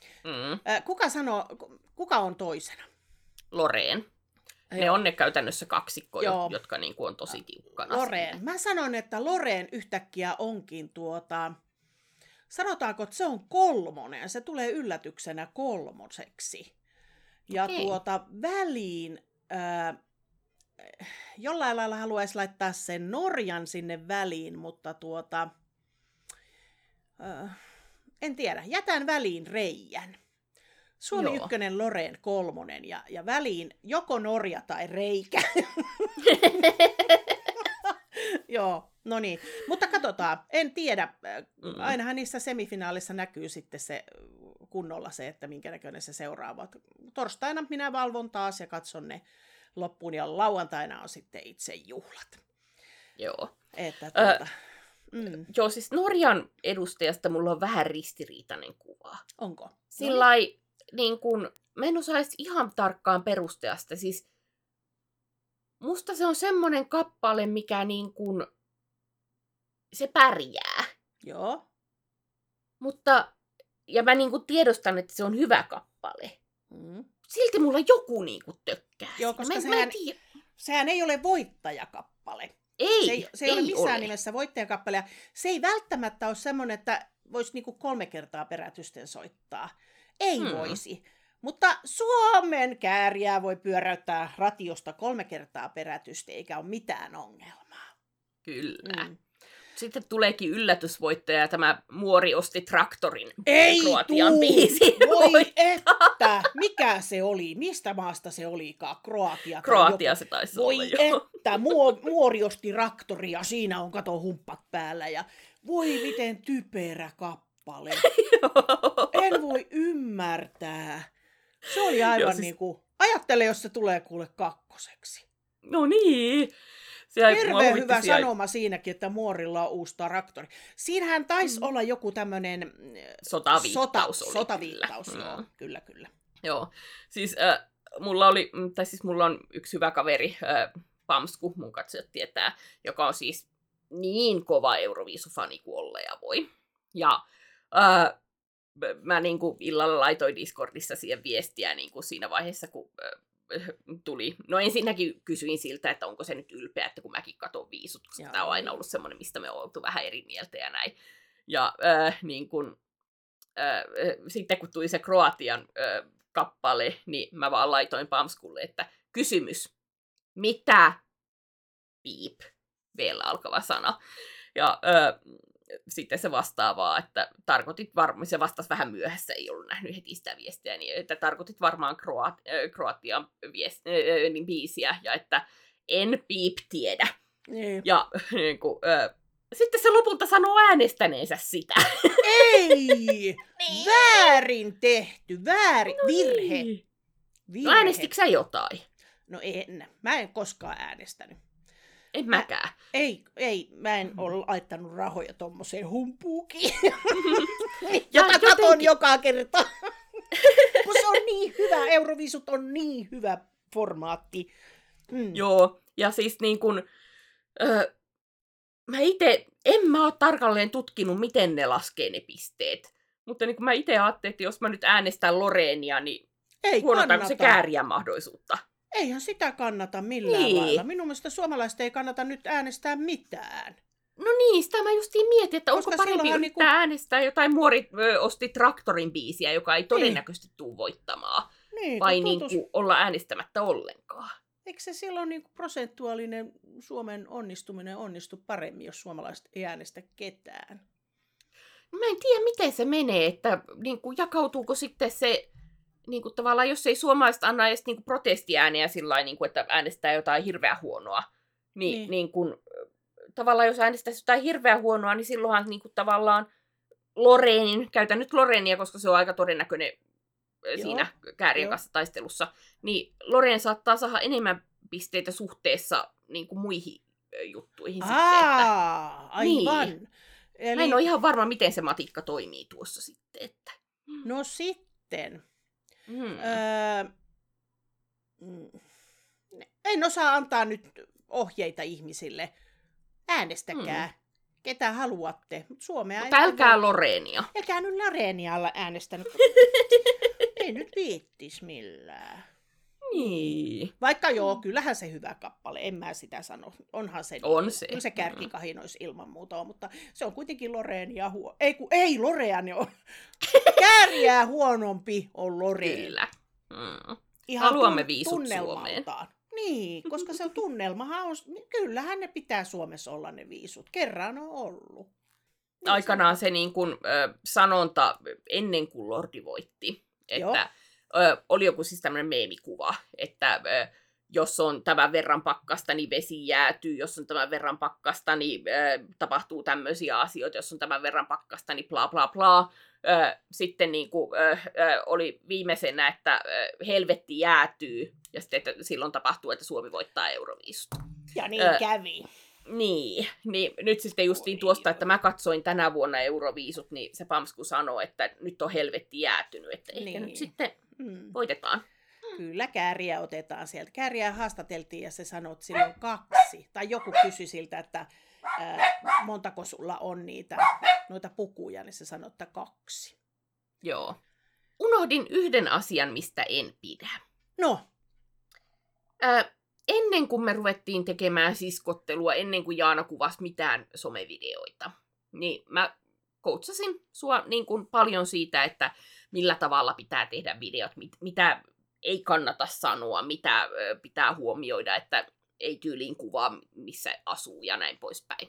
Kuka on toisena? Loreen. Ne on ne käytännössä kaksikko, jotka niinku on tosi tiukkana. Loreen. Mä sanon, että Loreen yhtäkkiä onkin sanotaanko, että se on 3. Se tulee yllätyksenä 3. Ja väliin jollain lailla haluaisi laittaa sen Norjan sinne väliin, mutta en tiedä. Jätän väliin Reijän. Suomi 1, Loreen 3 ja väliin joko Norja tai Reikä. Joo, no niin. Mutta katsotaan, en tiedä. Ainahan niissä semifinaalissa näkyy sitten se kunnolla se, että minkä näköinen se seuraava. Torstaina minä valvon taas ja katson ne loppuun ja lauantaina on sitten itse juhlat. Joo. Että Joo, siis Norjan edustajasta mulla on vähän ristiriitainen kuva. Onko? Sillai, niin kun, mä en osaisi ihan tarkkaan perustella sitä. Siis, musta se on semmoinen kappale, mikä niin kun, se pärjää. Joo. Mutta, ja mä niin kun tiedostan, että se on hyvä kappale. Silti mulla joku niin kun tökkää. Joo, koska mä sehän ei ole voittajakappale. Ei, se ei ole missään nimessä voittajakappale. Ja se ei välttämättä ole semmoinen, että voisi niinku 3 kertaa perätysten soittaa. Ei voisi. Mutta Suomen kääriää voi pyöräyttää ratiosta 3 kertaa perätystä, eikä ole mitään ongelmaa. Kyllä. Sitten tuleekin yllätysvoittaja, tämä Muori osti traktorin Kroatian biisi. Voi että! Mikä se oli? Mistä maasta se olikaan? Kroatia se taisi voi olla, joo. Että! Muori osti traktoria, siinä on kato humpat päällä. Ja voi miten typerä kappale. En voi ymmärtää. Se oli aivan siis niinku, ajattele jos se tulee kuule 2. No niin. Hirveän hyvä sanoma siinäkin, että Muorilla on uusi traktori. Siinähän taisi olla joku tämmöinen sotaviittaus. Joo, kyllä. Joo, siis mulla on yksi hyvä kaveri, Pamsku, mun katsojat tietää, joka on siis niin kova Euroviisufani kuin olla ja voi. Ja mä niinku illalla laitoin Discordissa siihen viestiä niinku siinä vaiheessa, kun tuli. No ensinnäkin kysyin siltä, että onko se nyt ylpeä, että kun mäkin katon viisut, koska tämä on aina ollut semmoinen, mistä me on oltu vähän eri mieltä ja näin. Ja sitten kun tuli se Kroatian kappale, niin mä vaan laitoin Pamskulle, että kysymys, mitä piip, vielä alkava sana. Ja sitten se vastaavaa, että tarkoitit varmaan, se vastasi vähän myöhässä, ei ollut nähnyt heti sitä viestiä, niin että tarkoitit varmaan Kroatian biisiä, ja että en piip tiedä. Ja niin kuin, sitten se lopulta sanoo äänestäneensä sitä. Ei! Niin. Väärin tehty, virhe. No äänestikö sä jotain? No en, mä en koskaan äänestänyt. En mäkään. Ei, mä en ole laittanut rahoja tommoseen humpuukiin. Ja katon joka kerta. Kun se on niin hyvä, Euroviisut on niin hyvä formaatti. Joo, ja siis niin kun, mä oon tarkalleen tutkinut, miten ne laskee ne pisteet. Mutta niin kun mä itse ajattelin, että jos mä nyt äänestän Loreenia, niin huonotaanko se kääriä mahdollisuutta? Eihän sitä kannata millään lailla. Minun mielestä suomalaiset ei kannata nyt äänestää mitään. No niin, sitä mä justiin mietin, että onko parempi yrittää äänestää jotain Muori osti traktorin biisiä, joka ei todennäköisesti tule voittamaan. Vai olla äänestämättä ollenkaan. Eikö se silloin prosentuaalinen Suomen onnistuminen onnistu paremmin, jos suomalaiset ei äänestä ketään? Mä en tiedä, miten se menee, että jakautuuko sitten se tavallaan, jos ei suomalaiset anna edes protestiääniä sillain, että äänestää jotain hirveän huonoa, niin tavallaan jos äänestäisi jotain hirveän huonoa, niin silloinhan tavallaan käytän nyt Lorenia, koska se on aika todennäköinen siinä käärien kanssa taistelussa, niin Loreen saattaa saada enemmän pisteitä suhteessa muihin juttuihin sitten. Aivan. Niin. Eli... Mä en ole ihan varma, miten se matikka toimii tuossa sitten. Että... No sitten... En osaa antaa nyt ohjeita ihmisille. Äänestäkää, ketä haluatte. Suomea mutta älkää Loreenia. Älkää nyt Lorenialla äänestänyt. Ei nyt viittis millään. Niin. Vaikka kyllähän se hyvä kappale, en mä sitä sano. Onhan se. On se. Kyllä se kärkikahinois ilman muuta, mutta se on kuitenkin Lorenia ei Loreani on. Kääriää huonompi on Loreen. Kyllä. Ihan haluamme viisut Suomeen. Niin, koska se on tunnelmahan on, kyllähän ne pitää Suomessa olla ne viisut. Kerran on ollut. Aikanaan se sanonta ennen kuin Lordi voitti, että oli joku siis tämmöinen meemikuva, että jos on tämän verran pakkasta, niin vesi jäätyy, jos on tämän verran pakkasta, niin tapahtuu tämmöisiä asioita, jos on tämän verran pakkasta, niin bla bla bla. Sitten niin kuin, oli viimeisenä, että helvetti jäätyy, ja sitten että silloin tapahtuu, että Suomi voittaa Euroviisut. Ja niin kävi. Niin, nyt sitten justiin tuosta, että mä katsoin tänä vuonna Euroviisut, niin se Pamsku sanoi, että nyt on helvetti jäätynyt, että ehkä nyt sitten voitetaan. Kyllä, Kääriä otetaan sieltä. Kääriä haastateltiin ja se sanoi, että silloin 2. Tai joku kysyi siltä, että montako sulla on noita pukuja, niin se sanoi, että 2. Joo. Unohdin yhden asian, mistä en pidä. No? Ennen kuin me ruvettiin tekemään siskottelua, ennen kuin Jaana kuvasi mitään somevideoita, niin mä coachasin sua niin kuin paljon siitä, että millä tavalla pitää tehdä videot, mitä ei kannata sanoa, mitä pitää huomioida, että ei tyyliin kuvaa, missä asuu ja näin poispäin.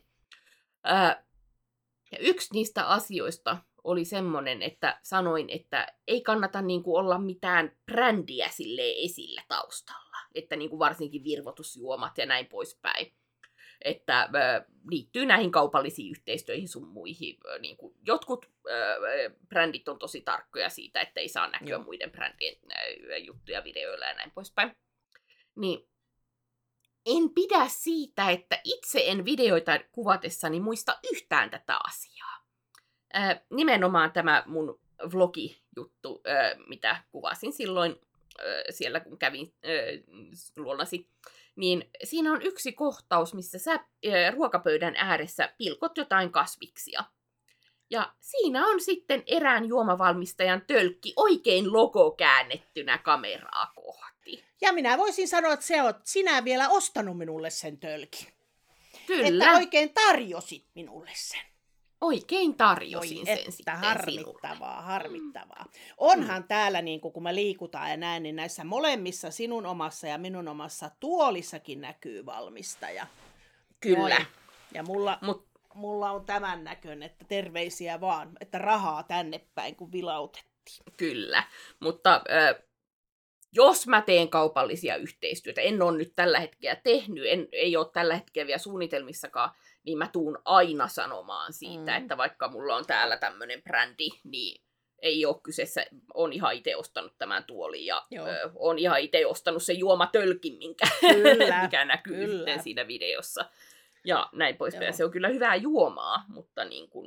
Ja yksi niistä asioista oli semmoinen, että sanoin, että ei kannata niin kuin olla mitään brändiä silleen esillä taustalla. Että niin kuin varsinkin virvoitusjuomat ja näin poispäin. Että liittyy näihin kaupallisiin yhteistyöihin sun muihin. Niin kuin jotkut brändit on tosi tarkkoja siitä, että ei saa näkyä muiden brändien juttuja videoilla ja näin poispäin. Niin en pidä siitä, että itse en videoita kuvatessani muista yhtään tätä asiaa. Nimenomaan tämä mun vlogi-juttu, mitä kuvasin silloin siellä, kun kävin luonasi, niin siinä on yksi kohtaus, missä sä ruokapöydän ääressä pilkot jotain kasviksia. Ja siinä on sitten erään juomavalmistajan tölkki oikein logo käännettynä kameraa kohti. Ja minä voisin sanoa, että se oot sinä vielä ostanut minulle sen tölkin. Kyllä. Että oikein tarjosit minulle sen. Oikein tarjosin sen sitten harmittavaa. Onhan täällä, niin kun me liikutaan ja näin, niin näissä molemmissa sinun omassa ja minun omassa tuolissakin näkyy valmistaja. Kyllä. Noin. Ja mulla on tämän näköinen, että terveisiä vaan, että rahaa tänne päin, kun vilautettiin. Kyllä, mutta jos mä teen kaupallisia yhteistyötä, en ole nyt tällä hetkellä tehnyt, ei ole tällä hetkellä vielä suunnitelmissakaan, niin mä tuun aina sanomaan siitä, että vaikka mulla on täällä tämmöinen brändi, niin ei ole kyseessä, on ihan itse ostanut tämän tuolin ja on ihan itse ostanut sen juomatölkin, mikä näkyy sitten siinä videossa. Ja näin poispäin. Se on kyllä hyvää juomaa, mutta niin kuin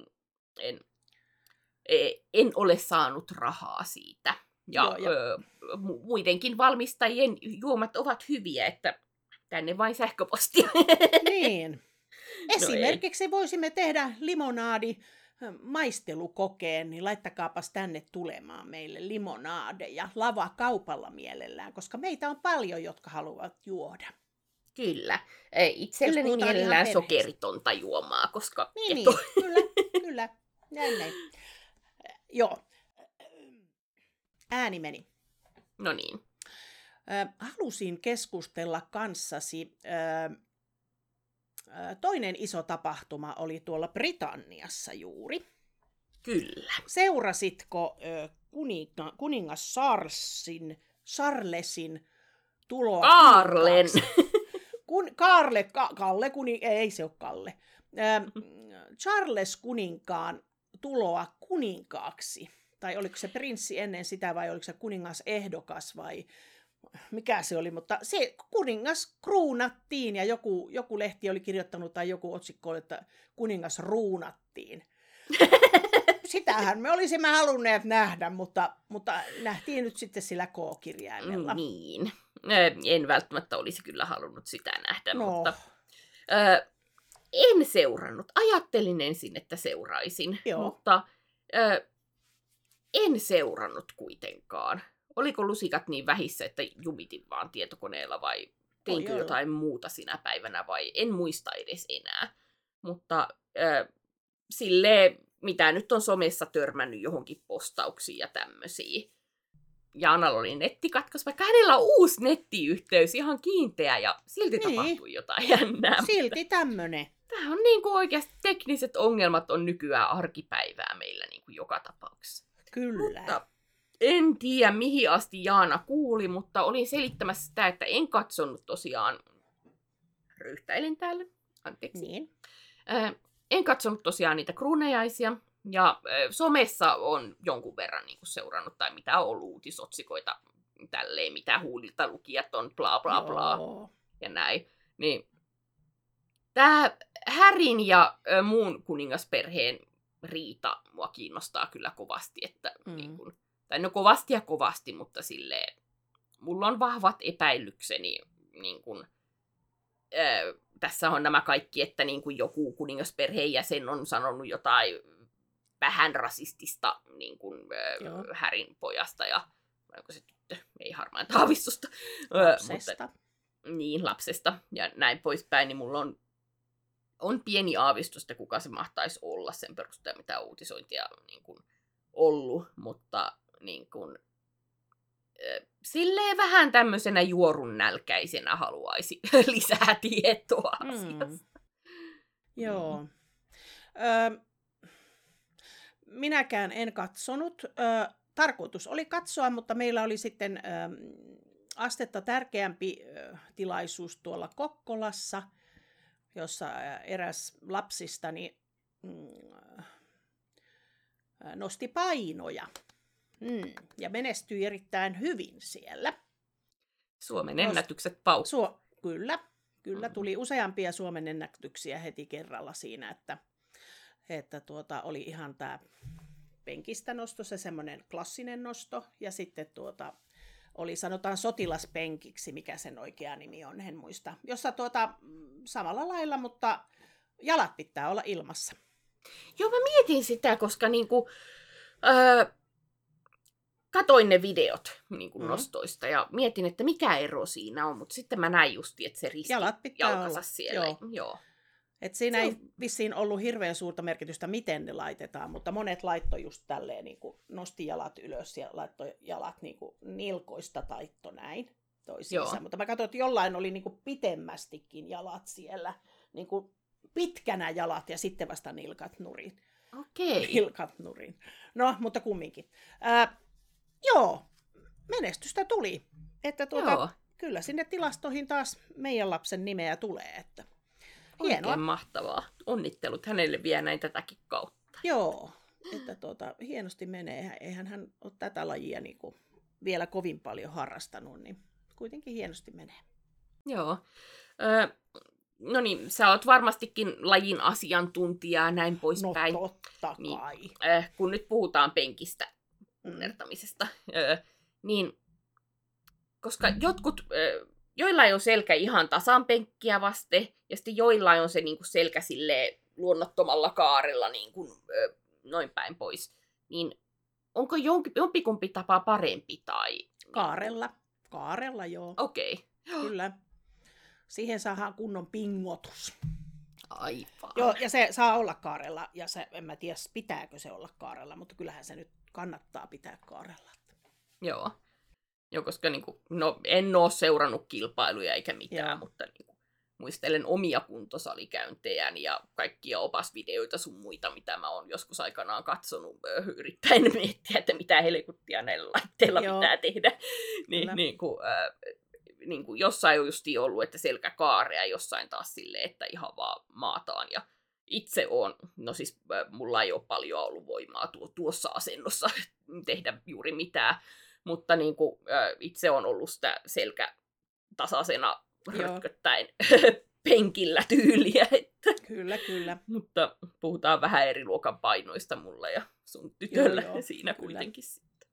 en ole saanut rahaa siitä. Ja muidenkin valmistajien juomat ovat hyviä, että tänne vain sähköpostia. Niin. Esimerkiksi voisimme tehdä limonaadi maistelukokeen, niin laittakaapas tänne tulemaan meille limonaadeja lavakaupalla mielellään, koska meitä on paljon, jotka haluavat juoda. Kyllä. Itselleni mielellään sokeritonta juomaa, koska... Niin, kyllä. Näin. Joo. Ääni meni. No niin. Halusin keskustella kanssasi. Toinen iso tapahtuma oli tuolla Britanniassa juuri. Kyllä. Seurasitko kuningas Charlesin tuloa? Kaarlen! Ei se ole Kalle. Charles kuninkaan tuloa kuninkaaksi. Tai oliko se prinssi ennen sitä vai oliko se kuningasehdokas vai mikä se oli. Mutta se kuningas kruunattiin ja joku lehti oli kirjoittanut tai joku otsikko oli, että kuningas ruunattiin. Sitähän me olisimme halunneet nähdä, mutta nähtiin nyt sitten sillä K-kirjaimella. Niin. En välttämättä olisi kyllä halunnut sitä nähdä, mutta en seurannut. Ajattelin ensin, että seuraisin, mutta en seurannut kuitenkaan. Oliko lusikat niin vähissä, että jumitin vaan tietokoneella vai teinkö jotain muuta sinä päivänä vai en muista edes enää. Mutta silleen, mitä nyt on somessa törmännyt johonkin postauksiin ja tämmöisiä. Jaanalla oli nettikatkos, vaikka hänellä on uusi nettiyhteys, ihan kiinteä, ja silti tapahtui jotain jännää. Silti tämmönen. Tämä on niin kuin oikeasti tekniset ongelmat on nykyään arkipäivää meillä niin kuin joka tapauksessa. Kyllä. Mutta En tiedä, mihin asti Jaana kuuli, mutta olin selittämässä sitä, että en katsonut tosiaan, röyhtäilin täällä, anteeksi. Niin. En katsonut tosiaan niitä kruunajaisia, ja somessa on jonkun verran niin kuin seurannut, tai mitä on ollut uutisotsikoita, tälleen, mitä huulilta lukijat on, bla bla bla, ja näin. Niin, tämä Harryn ja muun kuningasperheen riita mua kiinnostaa kyllä kovasti, että niin kun, tai no kovasti ja kovasti, mutta silleen, mulla on vahvat epäilykseni, niin kun, tässä on nämä kaikki, että niin kun joku kuningasperheen jäsen on sanonut jotain vähän rasistista niin kun, Harryn pojasta, ja onko se tyttö, ei harmaan taavistusta. Lapsesta. Niin, lapsesta, ja näin poispäin, niin mulla on pieni aavistus, että kuka se mahtaisi olla sen perusteella, mitä uutisointia niin kuin, ollut, mutta niin kuin, silleen vähän tämmöisenä juorun nälkäisenä haluaisi lisää tietoa asiasta. Joo. Minäkään en katsonut. Tarkoitus oli katsoa, mutta meillä oli sitten astetta tärkeämpi tilaisuus tuolla Kokkolassa, jossa eräs lapsistani nosti painoja ja menestyi erittäin hyvin siellä. Suomen ennätykset paukku. Kyllä, tuli useampia Suomen ennätyksiä heti kerralla siinä, että oli ihan tämä penkistä nosto, se semmoinen klassinen nosto, ja sitten oli sanotaan sotilaspenkiksi, mikä sen oikea nimi on, en muista. Jossa samalla lailla, mutta jalat pitää olla ilmassa. Joo, mä mietin sitä, koska niinku, katoin ne videot niinku nostoista ja mietin, että mikä ero siinä on, mutta sitten mä näin justi, että se risti jalkansa siellä. Joo. Et siinä ei vissiin ollut hirveän suurta merkitystä, miten ne laitetaan, mutta monet laittoi just tälleen, niin kuin nosti jalat ylös ja laittoi jalat niin kuin nilkoista taitto näin toisiinsa. Mutta mä katsoin, että jollain oli niin kuin pitemmästikin jalat siellä, niin kuin pitkänä jalat ja sitten vasta nilkat nurin. Okei. Nilkat nurin. No, mutta kumminkin. Menestystä tuli. Että kyllä sinne tilastoihin taas meidän lapsen nimeä tulee, että hienoa. Oikein mahtavaa. Onnittelut hänelle vielä näin tätäkin kautta. Joo, että hienosti menee. Eihän hän ole tätä lajia niin kuin vielä kovin paljon harrastanut, niin kuitenkin hienosti menee. Joo. No niin, sä oot varmastikin lajin asiantuntija ja näin poispäin. No totta kai. Niin, kun nyt puhutaan penkistä punnertamisesta, niin koska jotkut... Joillain on selkä ihan tasan penkkiä vasten, ja sitten joillain on se niin kuin selkä silleen luonnottomalla kaarella niin kuin, noin päin pois. Niin onko jompikumpi tapa parempi? Tai Kaarella joo. Okei. Kyllä. Siihen saadaan kunnon pingotus. Aivan. Joo, ja se saa olla kaarella, ja en mä tiedä pitääkö se olla kaarella, mutta kyllähän se nyt kannattaa pitää kaarella. Joo. Joo, koska niinku, en ole seurannut kilpailuja eikä mitään, mutta niinku, muistelen omia kuntosalikäyntejään ja kaikkia opasvideoita sun muita, mitä mä oon joskus aikanaan katsonut, yrittäen miettiä, että mitä helkuttia näillä laitteilla pitää tehdä. Niin jossain on justiin ollut, että selkä kaarea, jossain taas silleen, että ihan vaan maataan. Ja itse on, no siis mulla ei ole paljon ollut voimaa tuossa asennossa tehdä juuri mitään. Mutta niin kuin, itse on ollut sitä selkä tasaisena rötköttäen penkillä tyyliä. Että. Kyllä. Mutta puhutaan vähän eri luokan painoista mulla ja sun tytöllä siinä kyllä. Kuitenkin sitten.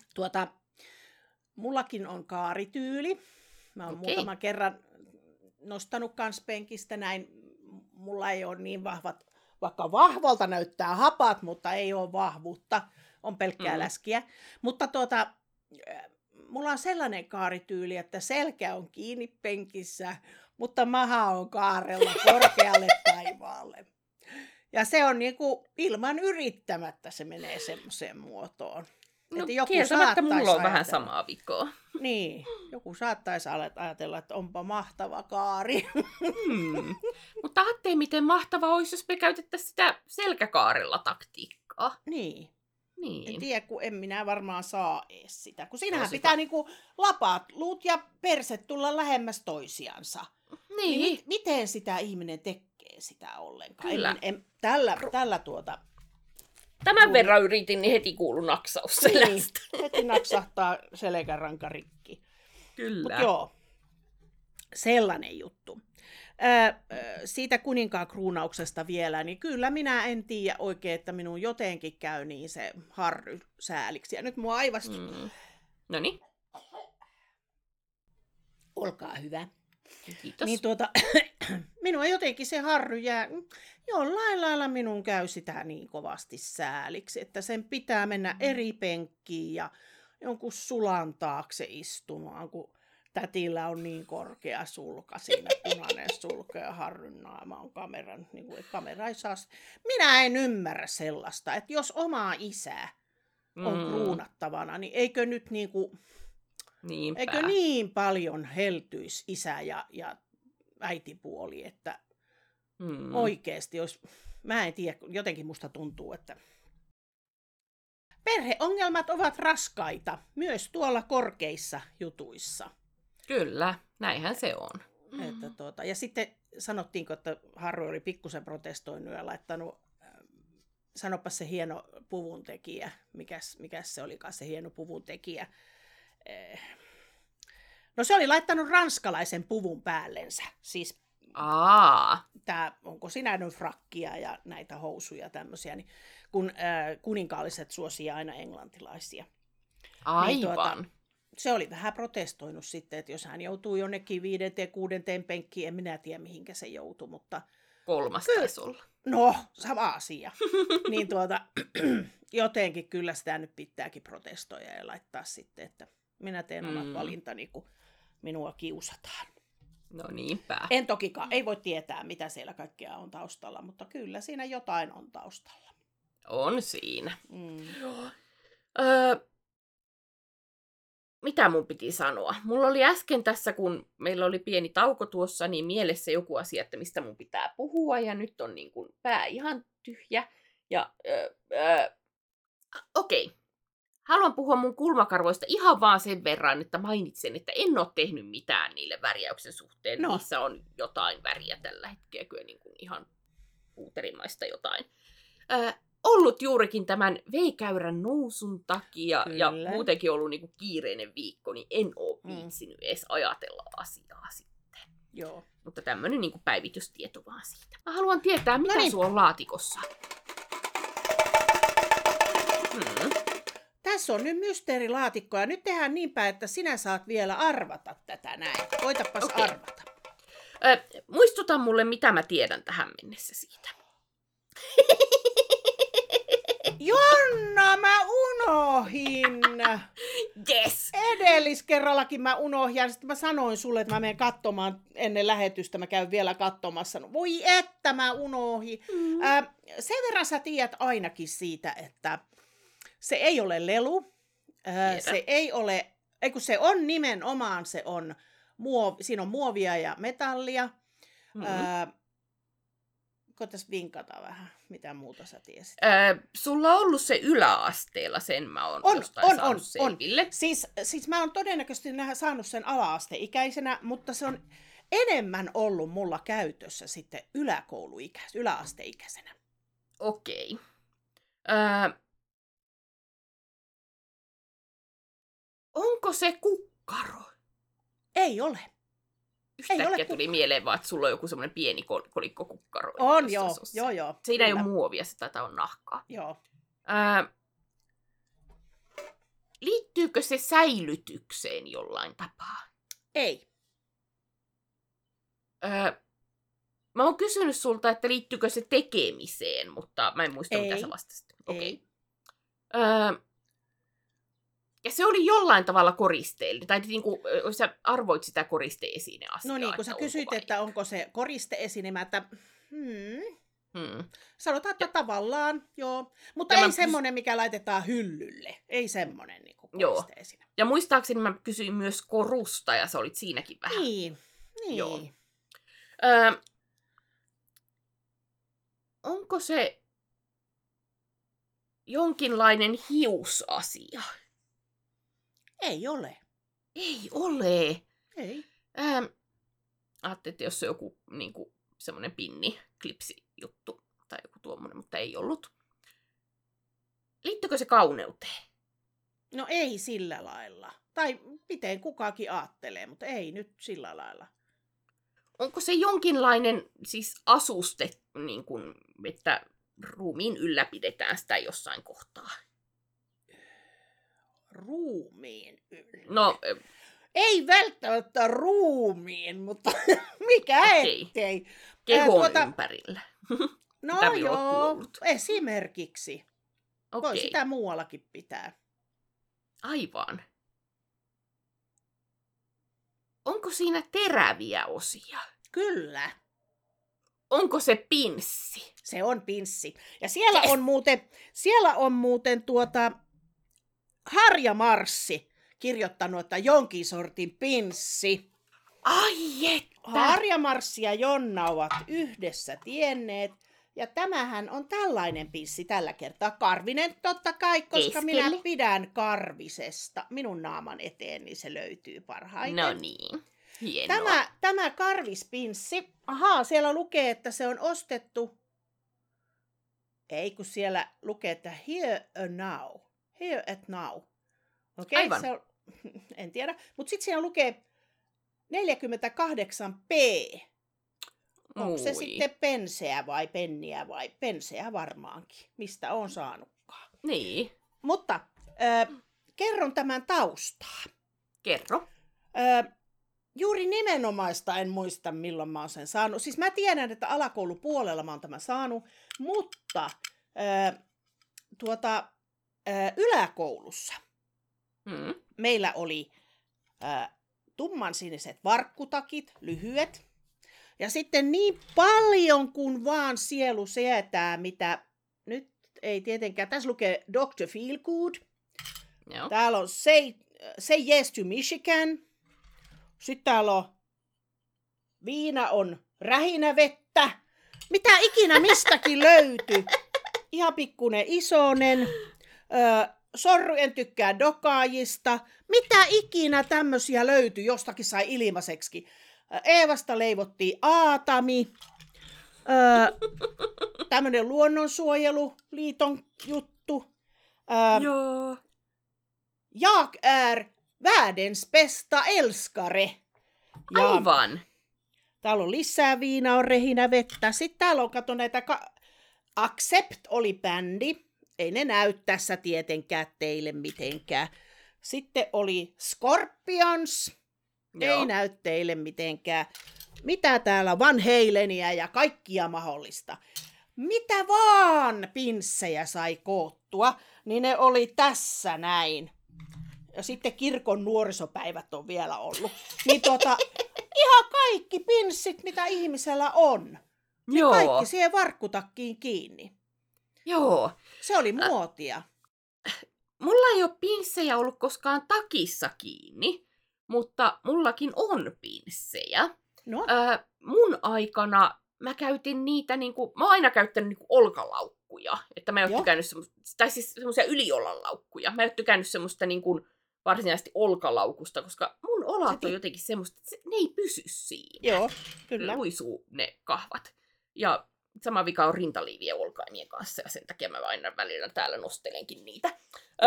Mullakin on kaarityyli. Mä oon muutaman kerran nostanut kans penkistä näin. Mulla ei ole niin vahvat, vaikka vahvalta näyttää hapat, mutta ei ole vahvuutta. On pelkkää läskiä. Mutta mulla on sellainen kaarityyli, että selkä on kiinni penkissä, mutta maha on kaarella korkealle taivaalle. Ja se on niinku ilman yrittämättä se menee semmoiseen muotoon. No kieltämättä mulla on vähän samaa vikoa. Niin, joku saattaisi ajatella, että onpa mahtava kaari. Mutta ajattelin, miten mahtava olisi, jos me käytettäisiin sitä selkäkaarella taktiikkaa. Niin. Niin. En tiedä, kun en minä varmaan saa ees sitä. Kun siinähän Tosi pitää niinku lapaat, luut ja perset tulla lähemmäs toisiansa. Niin. Miten sitä ihminen tekee sitä ollenkaan? Kyllä. Tällä Tämän verran yritin, niin heti kuului naksaus selästä. heti naksahtaa selkäranka rikki. Kyllä. Mut joo, sellainen juttu. Siitä kuninkaan kruunauksesta vielä, niin kyllä minä en tiedä oikein, että minun jotenkin käy niin se Harry sääliksi. Ja nyt mua aivasti. Noniin. Olkaa hyvä. Kiitos. Niin minua jotenkin se Harry jää, jollain lailla minun käy sitä niin kovasti sääliksi, että sen pitää mennä eri penkkiin ja jonkun sulan taakse istumaan, kun tätillä on niin korkea sulka, siinä punainen sulka ja Harryn naama on kameran, niin kuin kamera ei saa. Minä en ymmärrä sellaista, että jos oma isä on kruunattavana, niin eikö nyt eikö niin paljon heltyisi isä ja äitipuoli, että oikeasti jos, mä en tiedä, jotenkin musta tuntuu, että perheongelmat ovat raskaita myös tuolla korkeissa jutuissa. Kyllä, näinhän se on. Että ja sitten sanottiinko, että Harry oli pikkusen protestoinut ja laittanut, sanopas se hieno puvuntekijä, mikäs se olikaan se hieno puvuntekijä. No se oli laittanut ranskalaisen puvun päällensä, siis onko sinä nyt frakkia ja näitä housuja tämmöisiä, niin kun kuninkaalliset suosii aina englantilaisia. Aivan. Niin se oli vähän protestoinut sitten, että jos hän joutuu jonnekin 5. ja 6. penkkiin, en minä tiedä mihinkä se joutui, mutta 3. taisi olla. No, sama asia. Niin jotenkin kyllä sitä nyt pitääkin protestoida ja laittaa sitten, että minä teen omat valintani, kun minua kiusataan. No niinpä. En tokikaan, ei voi tietää, mitä siellä kaikkea on taustalla, mutta kyllä siinä jotain on taustalla. On siinä. Mitä mun piti sanoa? Mulla oli äsken tässä, kun meillä oli pieni tauko tuossa, niin mielessä joku asia, että mistä mun pitää puhua, ja nyt on niin kuin pää ihan tyhjä. Ja okei. Haluan puhua mun kulmakarvoista ihan vaan sen verran, että mainitsen, että en ole tehnyt mitään niille värjäyksen suhteen. No. Niissä on jotain väriä tällä hetkellä, kyllä niin kuin ihan puuterimaista jotain. Ollut juurikin tämän V-käyrän nousun takia ja muutenkin ollut niin kuin kiireinen viikko, niin en ole viitsinyt edes ajatella asiaa sitten. Joo. Mutta tämmöinen niin kuin päivitystieto vaan siitä. Mä haluan tietää, mitä sulla on laatikossa. Tässä on nyt mysteerilaatikko ja nyt tehdään niin päin, että sinä saat vielä arvata tätä näin. Koitapas arvata. Muistuta mulle, mitä mä tiedän tähän mennessä siitä. Jonna, mä unohin! Yes! Edelliskerrallakin mä unohdin ja sitten mä sanoin sulle, että mä menen katsomaan ennen lähetystä. Mä käyn vielä katsomassa. No, voi että mä unohdin. Sen verran sä tiedät ainakin siitä, että se ei ole lelu. Se ei ole, kun se on nimenomaan, siinä on muovia ja metallia. Koitais vinkata vähän, mitä muuta sä tiesit. Sulla on ollut se yläasteella, sen mä oon jostain saanut selville. Siis mä oon todennäköisesti saanut sen ala-asteikäisenä, mutta se on enemmän ollut mulla käytössä sitten yläasteikäisenä. Okei. Onko se kukkaro? Ei ole. Yhtäkkiä tuli mieleen vaan, että sulla on joku semmoinen pieni kolikkokukkaro. On, joo. Siinä ei ole muovia, se taitaa olla nahkaa. Joo. Liittyykö se säilytykseen jollain tapaa? Ei. Mä oon kysynyt sulta, että liittyykö se tekemiseen, mutta mä en muista, mitä sä vastasit. Okei. Ja se oli jollain tavalla koristeellinen, tai niinku, sä arvoit sitä koriste-esine-asiaa. No niin, kun sä kysyit, että onko se koriste-esine, että sanotaan, että tavallaan, joo. Mutta ei semmoinen, mikä laitetaan hyllylle. Ei semmoinen niinku koriste-esine. Ja muistaakseni mä kysyin myös korusta, ja sä olit siinäkin vähän. Niin. Joo. Onko se jonkinlainen hiusasia? Ei ole. Ei ole. Ei. Ajattelin, että jos se on joku niinku, semmoinen pinni-klipsi-juttu tai joku tuommoinen, mutta ei ollut. Liittyykö se kauneuteen? No ei sillä lailla. Tai miten kukakin aattelee, mutta ei nyt sillä lailla. Onko se jonkinlainen siis asuste, niin kuin, että ruumiin ylläpidetään sitä jossain kohtaa? Ruumiin yllä. No, Ei välttämättä ruumiin, mutta mikä Okei. ettei. kehon ympärillä. No tarvitse olla joo, kuollut. esimerkiksi. Voi Okei, sitä muuallakin pitää. aivan. Onko siinä teräviä osia? Kyllä, Onko se pinssi? se on pinssi. Ja siellä on muuten Harja Marssi kirjoittanut, että jonkin sortin pinssi. Ai että! Harja Marssi ja Jonna ovat yhdessä tienneet. Ja tämähän on tällainen pinssi tällä kertaa. Karvinen totta kai, koska minä Keskelle. pidän karvisesta. Minun naaman eteen niin se löytyy parhaiten. No niin, hienoa. Tämä karvispinssi, siellä lukee, että se on ostettu, ei kun siellä lukee, että here at now. Okei, Aivan. se on, en tiedä, mutta sitten siellä lukee 48p. Onko se Ui. sitten penseä vai penniä vai penseä varmaankin, mistä on saanutkaan. Niin, Mutta kerron tämän taustaa. kerro. Juuri nimenomaista en muista, milloin mä oon sen saanut. Siis mä tiedän, että alakoulupuolella mä oon tämän saanut, mutta yläkoulussa Mm. meillä oli tummansiniset varkkutakit, lyhyet. Ja sitten niin paljon kuin vaan sielu sietää, mitä nyt ei tietenkään. Tässä lukee Dr. Feelgood. Joo. Täällä on Say Yes to Michigan. Sitten täällä on viina on rähinävettä. Mitä ikinä mistäkin löytyy. Ihan pikkunen isonen. Sorru en tykkää dokaajista. Mitä ikinä tämmöisiä löytyy. Jostakin sai ilmaiseksi. Eevasta leivottiin Aatami. Tämmönen luonnonsuojeluliiton juttu. Joo. Jag är världens bästa älskare. Ja Aivan. täällä on lisää viinaa, on rehinä vettä. Sitten täällä on, kato näitä, Accept oli bändi. Ei ne näy tässä tietenkään teille mitenkään. Sitten oli Scorpions. Joo. Ei näy teille mitenkään. Mitä täällä? Van Halenia ja kaikkia mahdollista. Mitä vaan pinssejä sai koottua, niin ne oli tässä näin. Ja sitten kirkon nuorisopäivät on vielä ollut. Niin ihan kaikki pinssit, mitä ihmisellä on. Niin Joo. kaikki siihen varkkutakkiin kiinni. Joo. Se oli muotia. Mulla ei ole pinssejä ollut koskaan takissa kiinni, mutta mullakin on pinssejä. No, Mun aikana mä käytin niitä, mä oon aina käyttänyt olkalaukkuja. Että mä en ole Joo. tykännyt tai siis semmoisia yliolalaukkuja. Mä en ole tykännyt semmoista varsinaisesti olkalaukusta, koska mun olat on jotenkin semmoista, että ne ei pysy siinä. joo, kyllä. Luisuu ne kahvat. Ja sama vika on rintaliivien olkaimien kanssa, ja sen takia mä aina välillä täällä nostelenkin niitä.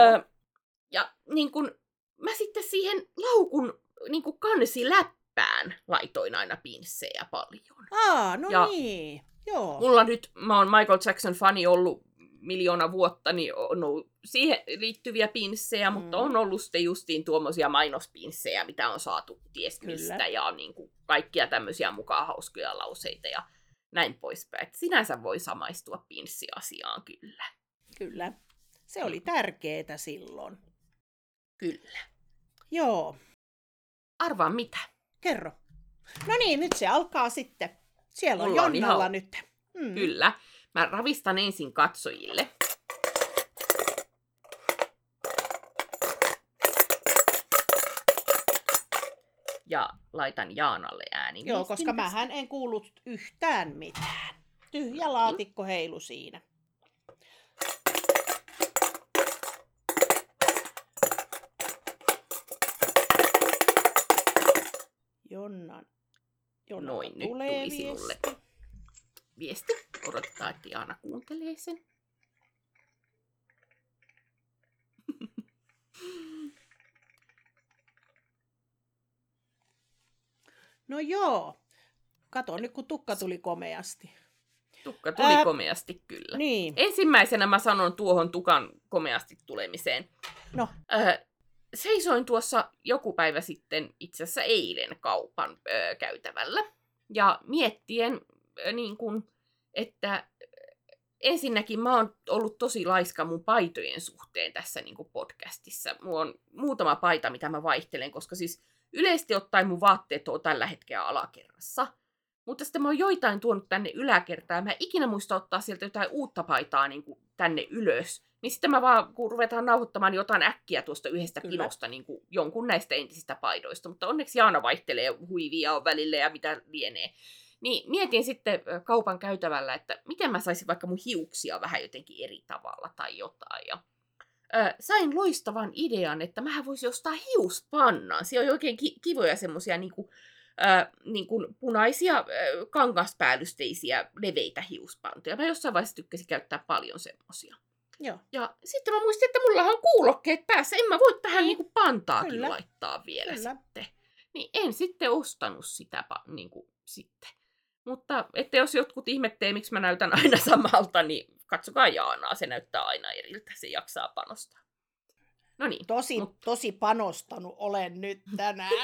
Ja mä sitten siihen laukun kansiläppään laitoin aina pinssejä paljon. No Ja niin, joo. mä oon Michael Jackson-fani ollut 1,000,000 vuotta, niin on ollut siihen liittyviä pinssejä, mutta on ollut sitten justiin tuommoisia mainospinssejä, mitä on saatu ties mistä, Kyllä. ja kaikkia tämmöisiä mukaan hauskoja lauseita ja näin poispäin. Et sinänsä voi samaistua pinssiasiaan kyllä. Kyllä. Se oli tärkeetä silloin. Kyllä. Joo, Arvaa mitä? kerro. No niin, nyt se alkaa sitten. Siellä on Mulla on Jonnalla ihan- nyt. Kyllä. Mä ravistan ensin katsojille. Ja laitan Jaanalle ääni. Joo, koska mähän en kuullut yhtään mitään. Tyhjä laatikko heilu siinä. Jonna Noin, nyt tulee tuli sinulle viesti. Odotetaan, että Jaana kuuntelee sen. No joo. Kato nyt, kun tukka tuli komeasti. Tukka tuli komeasti, kyllä. Niin. Ensimmäisenä mä sanon tuohon tukan komeasti tulemiseen. No. Seisoin tuossa joku päivä sitten, itse asiassa eilen kaupan käytävällä. Ja miettien, niin kun, että ensinnäkin mä oon ollut tosi laiska mun paitojen suhteen tässä niin kun podcastissa. Mulla on muutama paita, mitä mä vaihtelen, koska siis yleisesti ottaen mun vaatteet on tällä hetkellä alakerrassa. Mutta sitten mä oon joitain tuonut tänne yläkertaan. Mä en ikinä muista ottaa sieltä jotain uutta paitaa niin kuin tänne ylös. Niin sitten mä vaan, kun ruvetaan nauhoittamaan, niin otan äkkiä tuosta yhdestä pinosta niin kuin jonkun näistä entisistä paidoista. Mutta onneksi Jaana vaihtelee huivia on välillä ja mitä lienee. Niin mietin sitten kaupan käytävällä, että miten mä saisin vaikka mun hiuksia vähän jotenkin eri tavalla tai jotain. Ja sain loistavan idean, että mähän voisin ostaa hiuspannan. Siellä on oikein kivoja semmosia niin kuin punaisia kangaspäällysteisiä leveitä hiuspantoja. Mä jossain vaiheessa tykkäsin käyttää paljon semmosia. Joo. Ja sitten mä muistin, että mullahan on kuulokkeet päässä. En mä voi tähän niin kuin pantaakin Kyllä. laittaa vielä Kyllä. sitten. Niin en sitten ostanut sitä niin kuin sitten. Mutta että jos jotkut ihmettelee, miksi mä näytän aina samalta, niin katsokaa Jaanaa. Se näyttää aina eriltä. Se jaksaa panostaa. No niin. Tosi panostanut olen nyt tänään.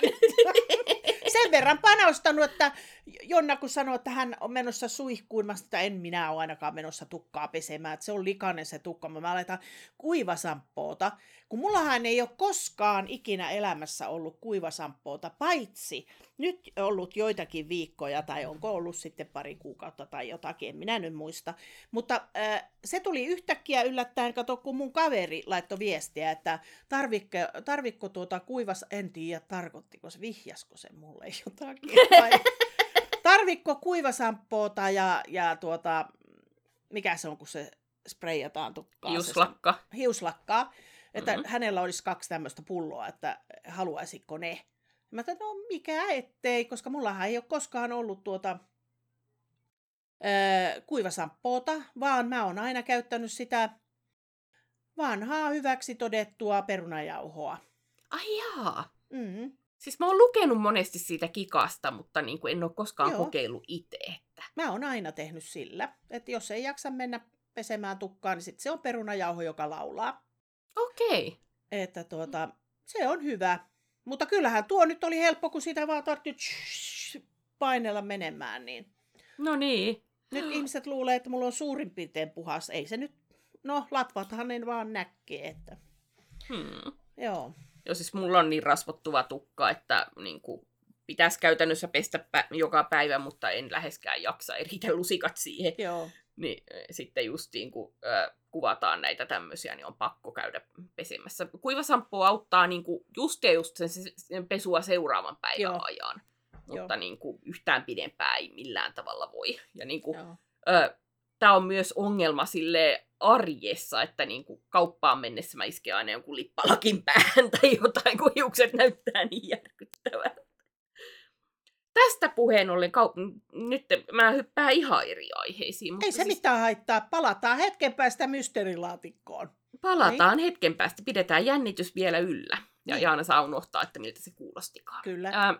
Sen verran panostanut, että Jonna kun sanoi, että hän on menossa suihkuimasta, että en minä ole ainakaan menossa tukkaa pesemään, että se on likainen se tukka. Mä laitan kuivasampoota, kun mullahan ei ole koskaan ikinä elämässä ollut kuivasampoota, paitsi nyt ollut joitakin viikkoja, tai onko ollut sitten pari kuukautta tai jotakin, en minä nyt muista. Mutta se tuli yhtäkkiä yllättäen, kato, kun mun kaveri laittoi viestiä, että tarvitko en tiedä, tarkoittiko se, vihjasko se mulle jotakin, vai tarvitko kuivasampoota ja mikä se on, kun se spreijataan tukkaan? Hiuslakkaa. Että hänellä olisi 2 tämmöistä pulloa, että haluaisitko ne. Mä ajattelin, no mikä ettei, koska mullahan ei ole koskaan ollut kuivasampoota, vaan mä oon aina käyttänyt sitä vanhaa hyväksi todettua perunajauhoa. Ai jaa. Mm-hmm. Siis mä oon lukenut monesti siitä Kikasta, mutta niin kuin en ole koskaan kokeillut itse. Että mä oon aina tehnyt sillä, että jos ei jaksa mennä pesemään tukkaan, niin sitten se on perunajauho, joka laulaa. Okei. Että se on hyvä. Mutta kyllähän tuo nyt oli helppo, kun sitä vaan tarvitsi painella menemään. Niin. No niin. Nyt ihmiset luulee, että mulla on suurin piirtein puhas. Ei se nyt, no latvathan ne vaan näkee. Että. Joo. Joo, siis mulla on niin rasvottuva tukka, että niin kuin, pitäisi käytännössä pestä joka päivä, mutta en läheskään jaksa. Ei riitä lusikat siihen. Joo. Niin sitten justiin kun kuvataan näitä tämmöisiä, niin on pakko käydä pesemässä. Kuivasampo auttaa niin kuin just sen pesua seuraavan päivän ajan. Mutta niin kuin, yhtään pidempään ei millään tavalla voi. Ja niin kuin, tämä on myös ongelma sille arjessa, että niin kuin kauppaan mennessä mä isken aina jonkun lippalakin päähän tai jotain, kun hiukset näyttää niin järkyttävältä. Tästä puheen ollen, nyt mä hyppään ihan eri aiheisiin. Mutta ei se mitään haittaa, palataan hetken päästä mysteerilaatikkoon. Palataan hetken päästä, pidetään jännitys vielä yllä. Ja Jaana saa unohtaa, että miltä se kuulostikaan. Kyllä.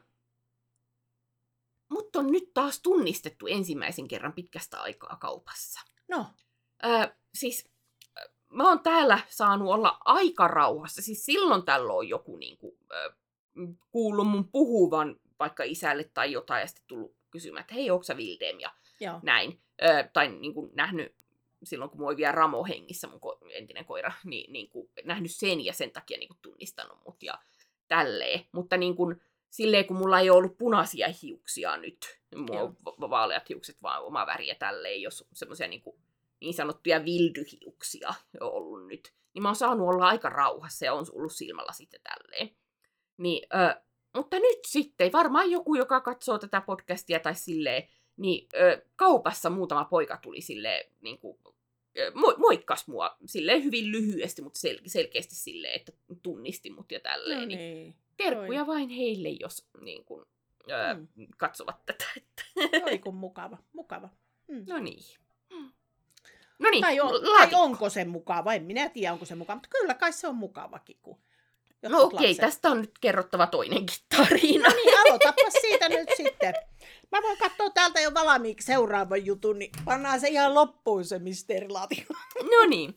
Mutta on nyt taas tunnistettu ensimmäisen kerran pitkästä aikaa kaupassa. No. Siis mä oon täällä saanut olla aika rauhassa. Siis silloin tällä on joku niinku, kuullut mun puhuvan vaikka isälle tai jotain ja sitten tullut kysymään, että hei, ootko sä Vildem ja näin. Tai niinku nähnyt silloin, kun mulla oli vielä Ramo hengissä, mun entinen koira, niin nähnyt sen ja sen takia niinku tunnistanut mut ja tälleen. Mutta niinku, silleen, kun mulla ei ole ollut punaisia hiuksia nyt, mulla on vaaleat hiukset vaan oma väriä tälleen, jos semmoisia niin sanottuja vildyhiuksia ollut nyt, niin mä oon saanut olla aika rauhassa ja on ollut silmällä sitten tälleen. Niin, mutta nyt sitten, varmaan joku, joka katsoo tätä podcastia tai silleen, niin kaupassa muutama poika tuli silleen, niin kuin, moikkas mua silleen hyvin lyhyesti, mutta selkeästi silleen, että tunnisti mut ja tälleen. No niin. Terkkuja vain heille, jos niin kuin, katsovat tätä. Oi kun mukava. No niin. No niin, tai onko se mukava? En minä tiedä, onko se mukava, mutta kyllä kai se on mukavakin. No okei, tästä on nyt kerrottava toinenkin tarina. No niin, aloitapa siitä nyt sitten. Mä voin katsoa täältä jo valmiiksi seuraavan jutun, niin pannaan se ihan loppuun se mysteerilaatikko. No niin.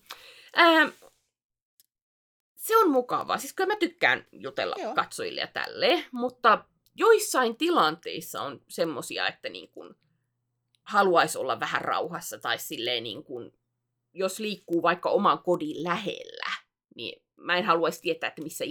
Se on mukavaa. Siis kyllä mä tykkään jutella katsojille ja tälleen, mutta joissain tilanteissa on semmosia, että niin kun haluaisi olla vähän rauhassa tai silleen niin kun, jos liikkuu vaikka oman kodin lähellä, niin mä en haluaisi tietää, että missä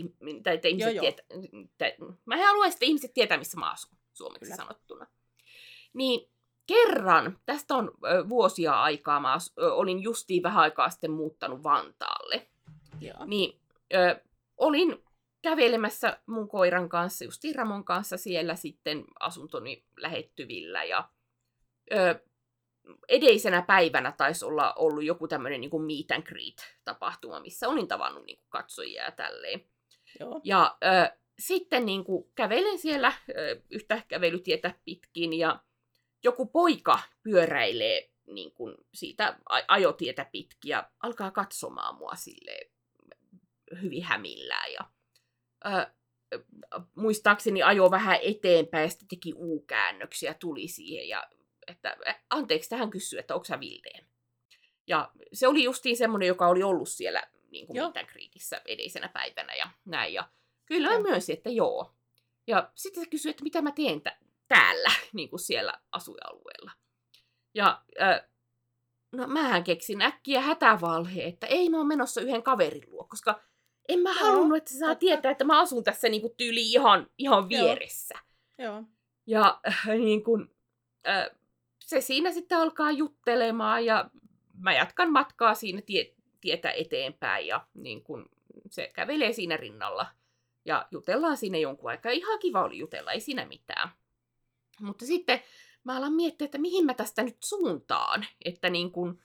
mä en haluaisi, että ihmiset tietää, missä mä asun, suomeksi sanottuna. Niin kerran, tästä on vuosia aikaa, mä olin justiin vähän aikaa sitten muuttanut Vantaalle. Joo. Niin olin kävelemässä mun koiran kanssa, justiin Ramon kanssa siellä sitten asuntoni lähettyvillä ja edellisenä päivänä taisi olla ollut joku tämmöinen niin kuin meet and greet-tapahtuma, missä olin tavannut niin kuin katsojia ja tälleen. Joo. Ja sitten niin kuin kävelen siellä yhtä kävelytietä pitkin ja joku poika pyöräilee niin kuin siitä ajotietä pitkin ja alkaa katsomaan mua silleen hyvin hämillään. Ja, muistaakseni ajoi vähän eteenpäin ja sitten teki U-käännöksiä, tuli siihen ja että anteeksi, tähän kysyy, että onko sä Vildeen? Ja se oli justiin semmoinen, joka oli ollut siellä niin kuin meet and greetissä edellisenä päivänä ja näin. Ja kyllä mä myönsin, että joo. Ja sitten se kysyi, että mitä mä teen täällä, niin kuin siellä asuinalueella. Ja no mähän keksin äkkiä hätävalheen, että ei mä oon menossa yhden kaverin luo, koska en mä halunnut, että se saa tietää, että mä asun tässä niin kuin tyyliin ihan vieressä. Joo. Ja niin kuin, se siinä sitten alkaa juttelemaan ja mä jatkan matkaa siinä tietä eteenpäin ja niin kun se kävelee siinä rinnalla ja jutellaan siinä jonkun aikaa. Ihan kiva oli jutella, ei siinä mitään. Mutta sitten mä alan miettiä, että mihin mä tästä nyt suuntaan, että niin kun,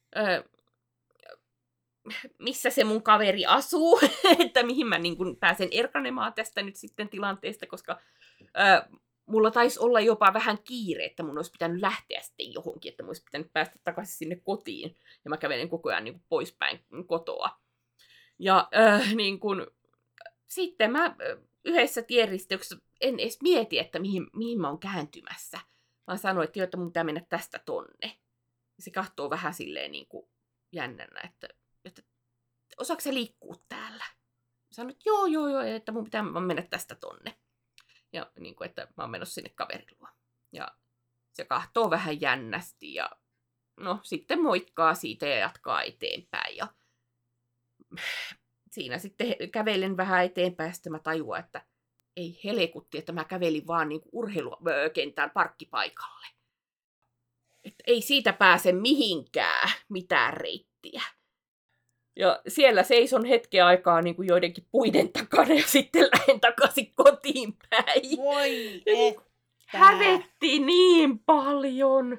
missä se mun kaveri asuu, että mihin mä niin kun pääsen erkanemaan tästä nyt sitten tilanteesta, koska mulla taisi olla jopa vähän kiire, että mun olisi pitänyt lähteä sitten johonkin, että mun olisi pitänyt päästä takaisin sinne kotiin. Ja mä kävelen koko ajan niin kuin poispäin kotoa. Ja niin kun, sitten mä yhdessä tienristeyksessä en edes mieti, että mihin mä oon kääntymässä. Vaan sanoin, että mun pitää mennä tästä tonne. Ja se katsoo vähän silleen niin kuin jännänä, että osaako se liikkua täällä? Sanoin, että joo, että mun pitää mennä tästä tonne. Ja niin kuin, että mä oon menossa sinne kaverin luo. Ja se kahtoo vähän jännästi ja no sitten moikkaa siitä ja jatkaa eteenpäin. Ja siinä sitten kävelen vähän eteenpäin ja sitten mä tajuan, että ei helekutti, että mä kävelin vaan niin kuin urheilukentän parkkipaikalle. Että ei siitä pääse mihinkään mitään reittiä. Ja siellä seison hetken aikaa niin kuin joidenkin puiden takana ja sitten lähden takaisin kotiin päin. Voi hävetti niin paljon.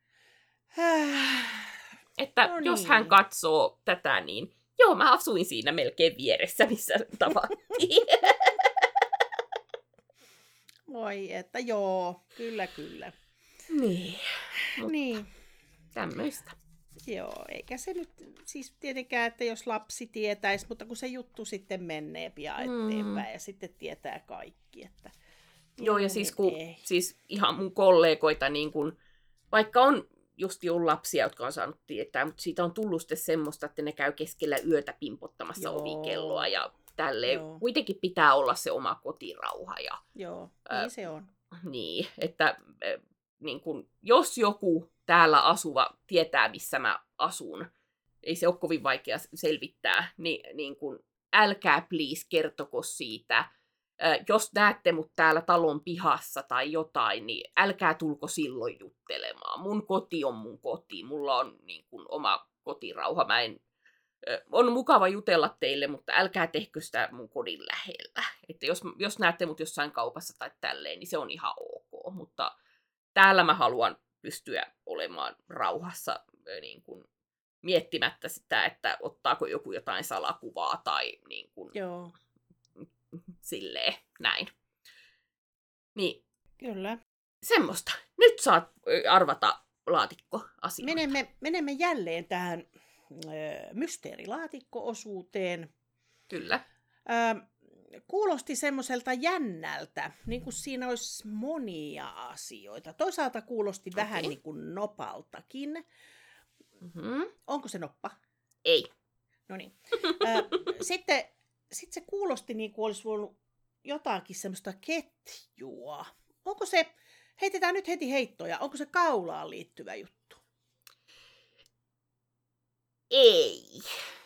Että no niin. Jos hän katsoo tätä, niin joo, mä asuin siinä melkein vieressä, missä tavattiin. Voi, että joo, kyllä. Niin. Niin. Tämmöistä. Joo, eikä se nyt siis tietenkään, että jos lapsi tietäisi, mutta kun se juttu sitten menee pian eteenpäin ja sitten tietää kaikki. Että joo, ja siis ihan mun kollegoita, niin kun, vaikka on just ollut lapsia, jotka on saanut tietää, mutta siitä on tullut sitten semmoista, että ne käy keskellä yötä pimpottamassa ovikelloa ja tälleen. Joo. Kuitenkin pitää olla se oma kotirauha. Ja, joo, niin se on. Niin, että niin kun, jos joku täällä asuva tietää, missä mä asun, ei se ole kovin vaikea selvittää, niin kun, älkää please kertoko siitä. Jos näette mut täällä talon pihassa tai jotain, niin älkää tulko silloin juttelemaan. Mun koti on mun koti. Mulla on niin kun, oma kotirauha. On mukava jutella teille, mutta älkää tehkö sitä mun kodin lähellä. Että jos näette mut jossain kaupassa tai tälleen, niin se on ihan ok. Mutta täällä mä haluan pystyä olemaan rauhassa niin kun, miettimättä sitä, että ottaako joku jotain salakuvaa tai niin kun, joo. silleen näin. Niin, Kyllä. Semmoista. Nyt saat arvata laatikkoasioita. Menemme jälleen tähän mysteerilaatikko-osuuteen. Kyllä. Kuulosti semmoiselta jännältä, niin kuin siinä olisi monia asioita. Toisaalta kuulosti vähän niin kuin nopaltakin. Mm-hmm. Onko se noppa? Ei. No niin. Sitten se kuulosti niin kuin olisi voinut jotakin semmoista ketjua. Onko se, heitetään nyt heti heittoja, onko se kaulaan liittyvä juttu? Ei.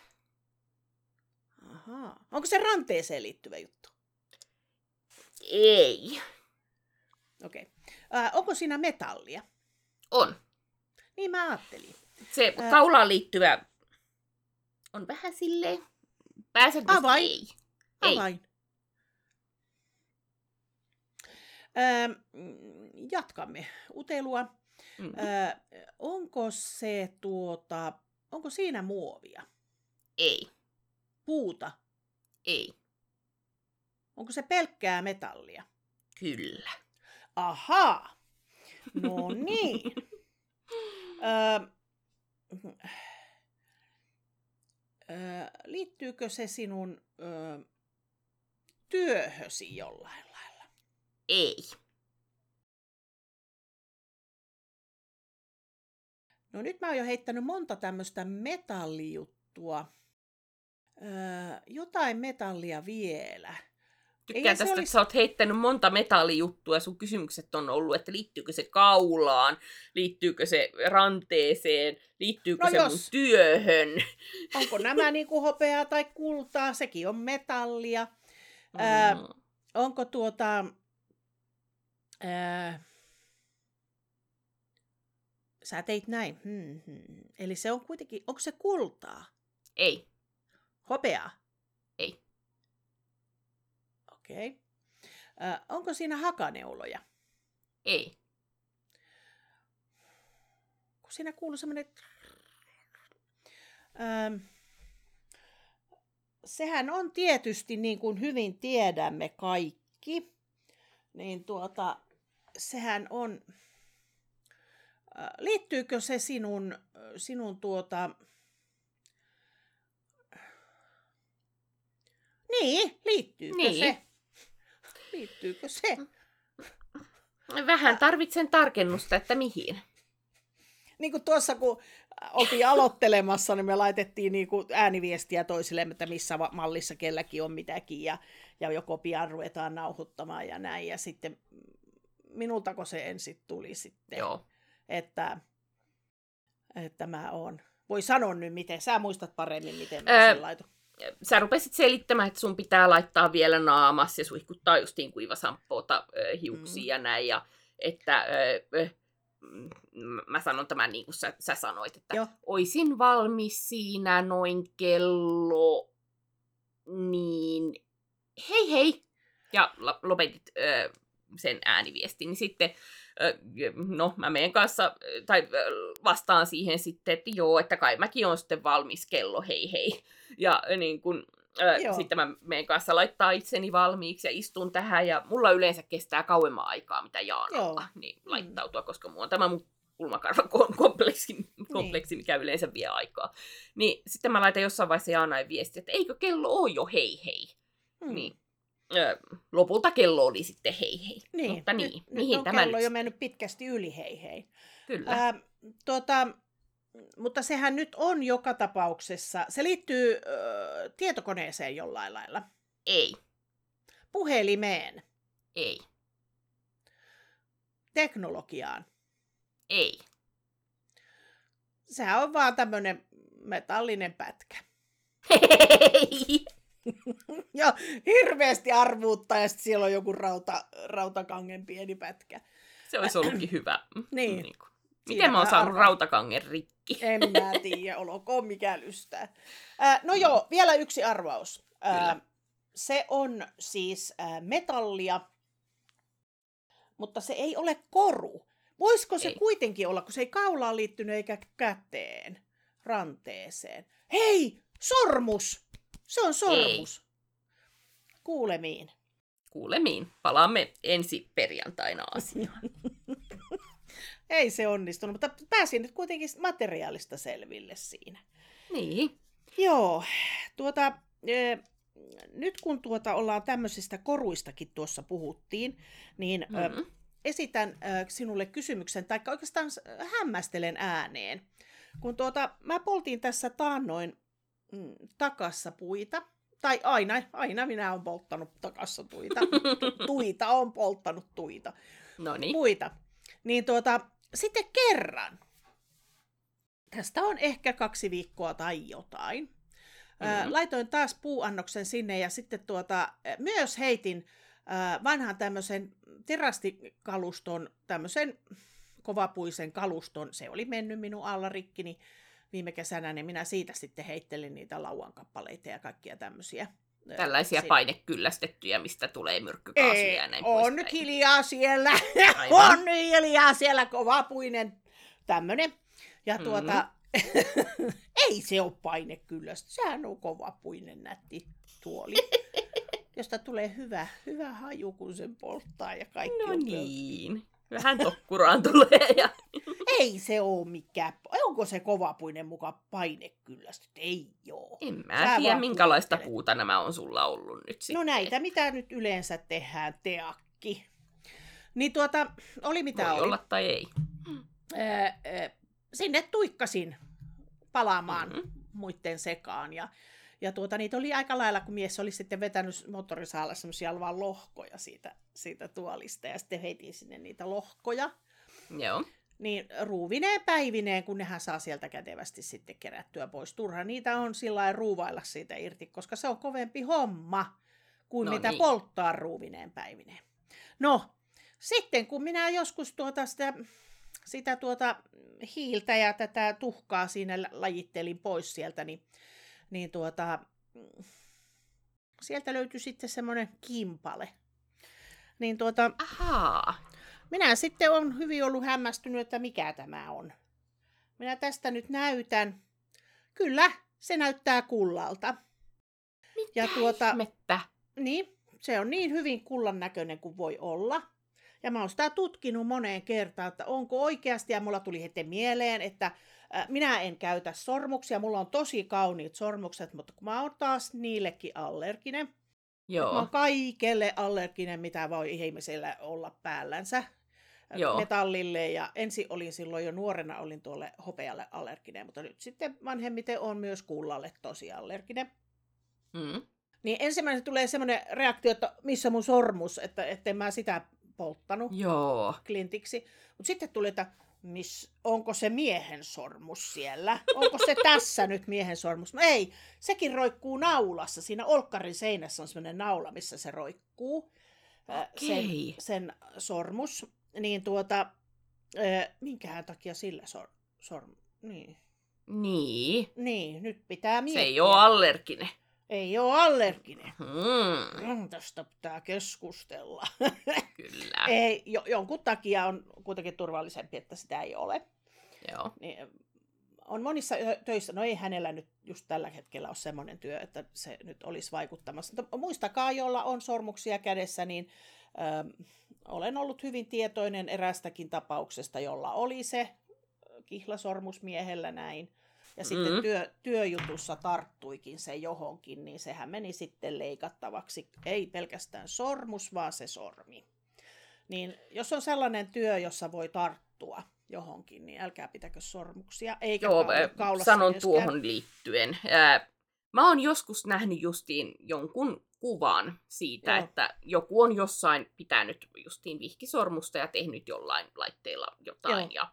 Ahaa. Onko se ranteeseen liittyvä juttu? Ei. Okei. Onko siinä metallia? On. Niin mä ajattelin. Se kaulaan liittyvä on vähän silleen pääsääntöisesti Avain. ei. Avain. Jatkamme utelua. Mm. Onko se onko siinä muovia? Ei. Puuta? Ei. Onko se pelkkää metallia? Kyllä. Ahaa. No niin. Liittyykö se sinun työhösi jollain lailla? Ei. No nyt mä oon jo heittänyt monta tämmöistä metallijuttua. Jotain metallia vielä. Tykkään tästä, että sä oot heittänyt monta metallijuttua ja sun kysymykset on ollut, että liittyykö se kaulaan, liittyykö se ranteeseen, liittyykö se mun työhön. Onko nämä niinku hopeaa tai kultaa, sekin on metallia. Onko sä teit näin. Eli se on kuitenkin, onko se kultaa? Ei. Hopeaa? Ei. Okei. Onko siinä hakaneuloja? Ei. Kun siinä kuuluu semmoinen... sehän on tietysti, niin kuin hyvin tiedämme kaikki, niin sehän on... liittyykö se sinun Niin, liittyykö se? Liittyykö se? Vähän tarvitsen tarkennusta, että mihin. Niin kuin tuossa, kun oltiin aloittelemassa, niin me laitettiin niin kuin ääniviestiä toisillemme, että missä mallissa kelläkin on mitäkin, ja joko pian ruvetaan nauhoittamaan ja näin. Ja sitten minultako se ensin tuli sitten, Joo. että mä oon. Voi sanoa nyt, miten. Sä muistat paremmin, miten mä sen laitun. Sä rupesit selittämään, että sun pitää laittaa vielä naamas ja suihkuttaa justiin kuivasamppoota hiuksiin ja näin. Ja että mä sanon tämän niin kuin sä sanoit, että oisin valmis siinä noin kello, niin hei hei. Ja lopetit sen ääniviestin, niin sitten mä menen kanssa, tai vastaan siihen sitten, että joo, että kai mäkin on sitten valmis kello, hei hei. Ja niin kun, sitten mä menen kanssa laittaa itseni valmiiksi ja istun tähän, ja mulla yleensä kestää kauemman aikaa, mitä Jaanalla, niin laittautua, koska mulla on tämä mun kulmakarvan kompleksi, mikä yleensä vie aikaa. Niin sitten mä laitan jossain vaiheessa Jaanain viestiä, että eikö kello ole jo hei hei. Niin. Lopulta kello oli sitten hei hei. Niin, mutta nyt mihin tämä kello nyt? Jo mennyt pitkästi yli hei hei. Kyllä. Mutta sehän nyt on joka tapauksessa, se liittyy tietokoneeseen jollain lailla. Ei. Puhelimeen. Ei. Teknologiaan. Ei. Sehän on vaan tämmönen metallinen pätkä. Ei. Ja hirveästi arvuutta ja sitten siellä on joku rautakangen pieni pätkä. Se olisi ollutkin hyvä. Niin. Miten mä oon saanut rautakangen rikki? En mä tiedä, olkoon mikä lystää. No joo, vielä yksi arvaus. Se on siis metallia, mutta se ei ole koru. Voisiko se kuitenkin olla, kun se ei kaulaan liittynyt eikä käteen, ranteeseen? Hei, sormus! Se on sormus. Ei. Kuulemiin. Kuulemiin. Palaamme ensi perjantaina asiaan. Ei se onnistunut, mutta pääsin nyt kuitenkin materiaalista selville siinä. Niin. Joo, nyt kun ollaan tämmöisistä koruistakin tuossa puhuttiin, niin esitän sinulle kysymyksen, tai oikeastaan hämmästelen ääneen. Kun mä poltin tässä taannoin takassa puita, tai aina minä olen polttanut takassa tuita, on polttanut tuita. Noniin. Puita. Niin sitten kerran, tästä on ehkä 2 viikkoa tai jotain, laitoin taas puuannoksen sinne ja sitten myös heitin vanhan tämmöisen terastikaluston, tämmöisen kovapuisen kaluston, se oli mennyt minun alla rikki, niin viime kesänä niin minä siitä sitten heittelin niitä lauankappaleita ja kaikkia tämmöisiä. Tällaisia painekyllästettyjä, mistä tulee myrkkykaasuja ja näin on nyt hiljaa siellä, on nyt hiljaa siellä kovapuinen tämmönen. Ja ei se ole painekyllästä, sehän on kovapuinen nätti tuoli, josta tulee hyvä haju, kun sen polttaa ja kaikki on niin. Vähän tokkuraan tulee. Ja... Ei se ole mikään. Onko se kovapuinen mukaan painekyllästä? Ei oo. En mä tiedä, minkälaista puuta nämä on sulla ollut nyt sitten. No näitä, mitä nyt yleensä tehdään, teakki. Niin oli mitä voi oli. olla tai ei. Sinne tuikkasin palaamaan muitten sekaan. Ja niitä oli aika lailla, kun mies oli sitten vetänyt moottorisaalla semmoisia vaan lohkoja siitä tuolista. Ja sitten heitin sinne niitä lohkoja. Joo. Niin ruuvineen päivineen, kun nehän saa sieltä kätevästi sitten kerättyä pois. Turha niitä on sillä lailla ruuvailla siitä irti, koska se on kovempi homma kuin mitä polttaa ruuvineen päivineen. No, sitten kun minä joskus sitä hiiltä ja tätä tuhkaa siinä lajittelin pois sieltä, niin sieltä löytyi sitten semmoinen kimpale. Niin ahaa. Minä sitten olen hyvin ollut hämmästynyt, että mikä tämä on. Minä tästä nyt näytän. Kyllä, se näyttää kullalta. Mitä ihmettä? Niin, se on niin hyvin kullan näköinen kuin voi olla. Ja mä oon sitä tutkinut moneen kertaan, että onko oikeasti, ja mulla tuli heti mieleen, että minä en käytä sormuksia. Mulla on tosi kauniit sormukset, mutta kun mä oon taas niillekin allerginen. Joo. Mä oon kaikelle allerginen, mitä voi ihmisellä olla päällänsä. Joo. Metallille, ja ensin olin silloin jo nuorena olin tuolle hopealle allerginen, mutta nyt sitten vanhemmiten on myös kullalle tosi allerginen. Niin ensimmäisenä tulee semmoinen reaktio, että missä mun sormus, että en mä sitä polttanut klintiksi. Mutta sitten tuli, että onko se miehen sormus siellä? Onko se tässä nyt miehen sormus? No ei, sekin roikkuu naulassa. Siinä olkkarin seinässä on semmoinen naula, missä se roikkuu. Sen sormus. Niin minkähän takia sillä Niin, nyt pitää miettiä. Se ei ole allerginen. Ei ole allerginen. Tästä pitää keskustella. Kyllä. Ei, jonkun takia on kuitenkin turvallisempi, että sitä ei ole. Joo. Niin, on monissa töissä, no ei hänellä nyt just tällä hetkellä ole semmoinen työ, että se nyt olisi vaikuttamassa. Mutta muistakaa, jolla on sormuksia kädessä, niin olen ollut hyvin tietoinen erästäkin tapauksesta, jolla oli se kihlasormus miehellä näin. Ja sitten työjutussa tarttuikin se johonkin, niin sehän meni sitten leikattavaksi. Ei pelkästään sormus, vaan se sormi. Niin jos on sellainen työ, jossa voi tarttua johonkin, niin älkää pitäkö sormuksia. Eikä kaulassa sanon myöskään. Tuohon liittyen. Mä oon joskus nähnyt justiin jonkun kuvan siitä, että joku on jossain pitänyt justiin vihkisormusta ja tehnyt jollain laitteella jotain. Ja,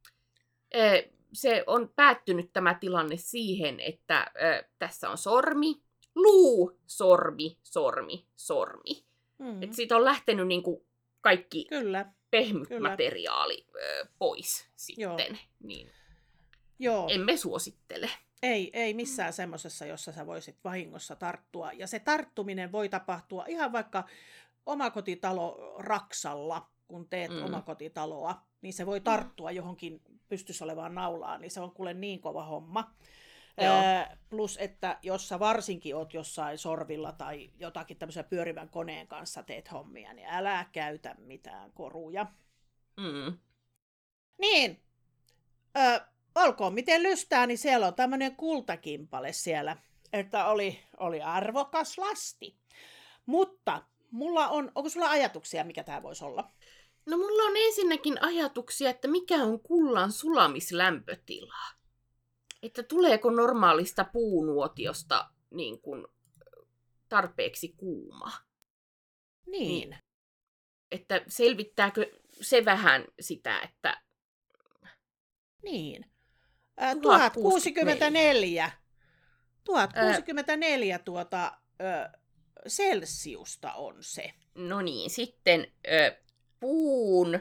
se on päättynyt tämä tilanne siihen, että tässä on sormi, luu, sormi. Et siitä on lähtenyt niinku kaikki pehmyt materiaali pois sitten. Niin emme suosittele. Ei missään semmoisessa, jossa sä voisit vahingossa tarttua. Ja se tarttuminen voi tapahtua ihan vaikka omakotitalo raksalla, kun teet omakotitaloa, niin se voi tarttua johonkin pystyssä olevaan naulaan, niin se on kuule niin kova homma. Joo. Plus, että jos sä varsinkin oot jossain sorvilla tai jotakin tämmöisen pyörivän koneen kanssa teet hommia, niin älä käytä mitään koruja. Mm. Niin, olkoon miten lystää, niin siellä on tämmöinen kultakimpale siellä, että oli arvokas lasti. Mutta onko sulla ajatuksia, mikä tämä voisi olla? No mulla on ensinnäkin ajatuksia, että mikä on kullan sulamislämpötila. Että tuleeko normaalista puunuotiosta niin kuin tarpeeksi kuuma. Niin. Että selvittääkö se vähän sitä, että... Niin. 1064. 1064 celsiusta on se. No niin, sitten puun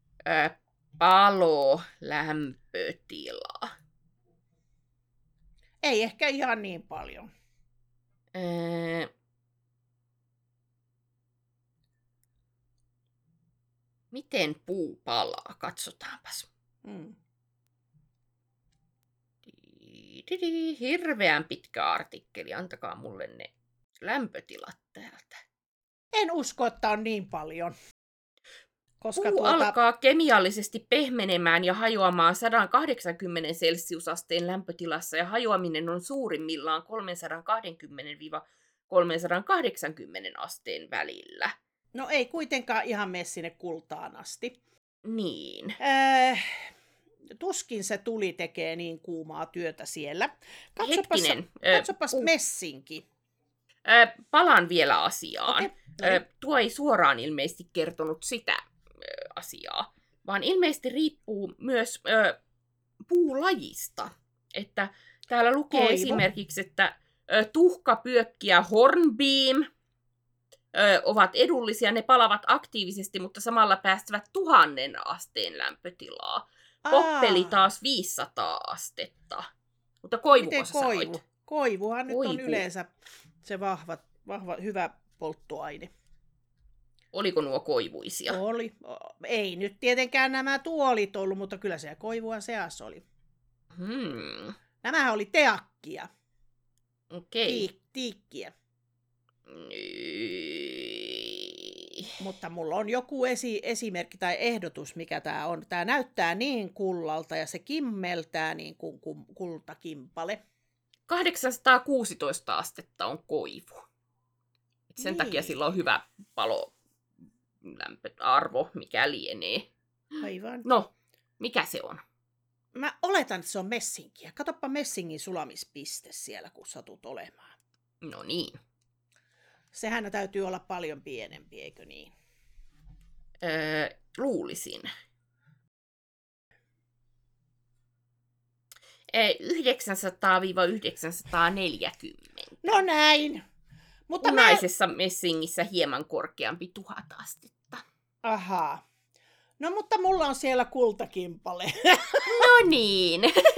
palolämpötila. Ei ehkä ihan niin paljon. Miten puu palaa? Katsotaanpas. Hirveän pitkä artikkeli. Antakaa mulle ne lämpötilat täältä. En usko, että on niin paljon. Koska puu alkaa kemiallisesti pehmenemään ja hajoamaan 180 celsiusasteen lämpötilassa ja hajoaminen on suurimmillaan 320-380 asteen välillä. No ei kuitenkaan ihan mene sinne kultaan asti. Niin. Tuskin se tuli tekee niin kuumaa työtä siellä. Katsopas messinki. Palaan vielä asiaan. Okay. Tuo ei suoraan ilmeisesti kertonut sitä asiaa, vaan ilmeisesti riippuu myös puulajista. Että täällä lukee esimerkiksi, että tuhkapyökki ja hornbeam ovat edullisia, ne palavat aktiivisesti, mutta samalla päästävät 1000 asteen lämpötilaa. Poppeli taas 500 astetta. Mutta koivuko sä sanoit? Koivuhan nyt on yleensä se vahva, hyvä polttoaine. Oliko nuo koivuisia? Oli. Ei nyt tietenkään nämä tuolit ollut, mutta kyllä se koivua seassa oli. Nämähän oli teakkia. Okei. Tiikkiä. Mutta mulla on joku esimerkki tai ehdotus, mikä tämä on. Tämä näyttää niin kullalta ja se kimmeltää niin kuin kultakimpale. 816 astetta on koivu. Sen takia sillä on hyvä palolämpöarvo, mikä lienee. Aivan. No, mikä se on? Mä oletan, että se on messinkiä. Katoppa messingin sulamispiste siellä, kun satut olemaan. No niin. Sehän täytyy olla paljon pienempi, eikö niin? Luulisin. 900-940. No näin. Mutta punaisessa messingissä hieman korkeampi 1000 astetta. Ahaa. No mutta mulla on siellä kultakimpale. No niin.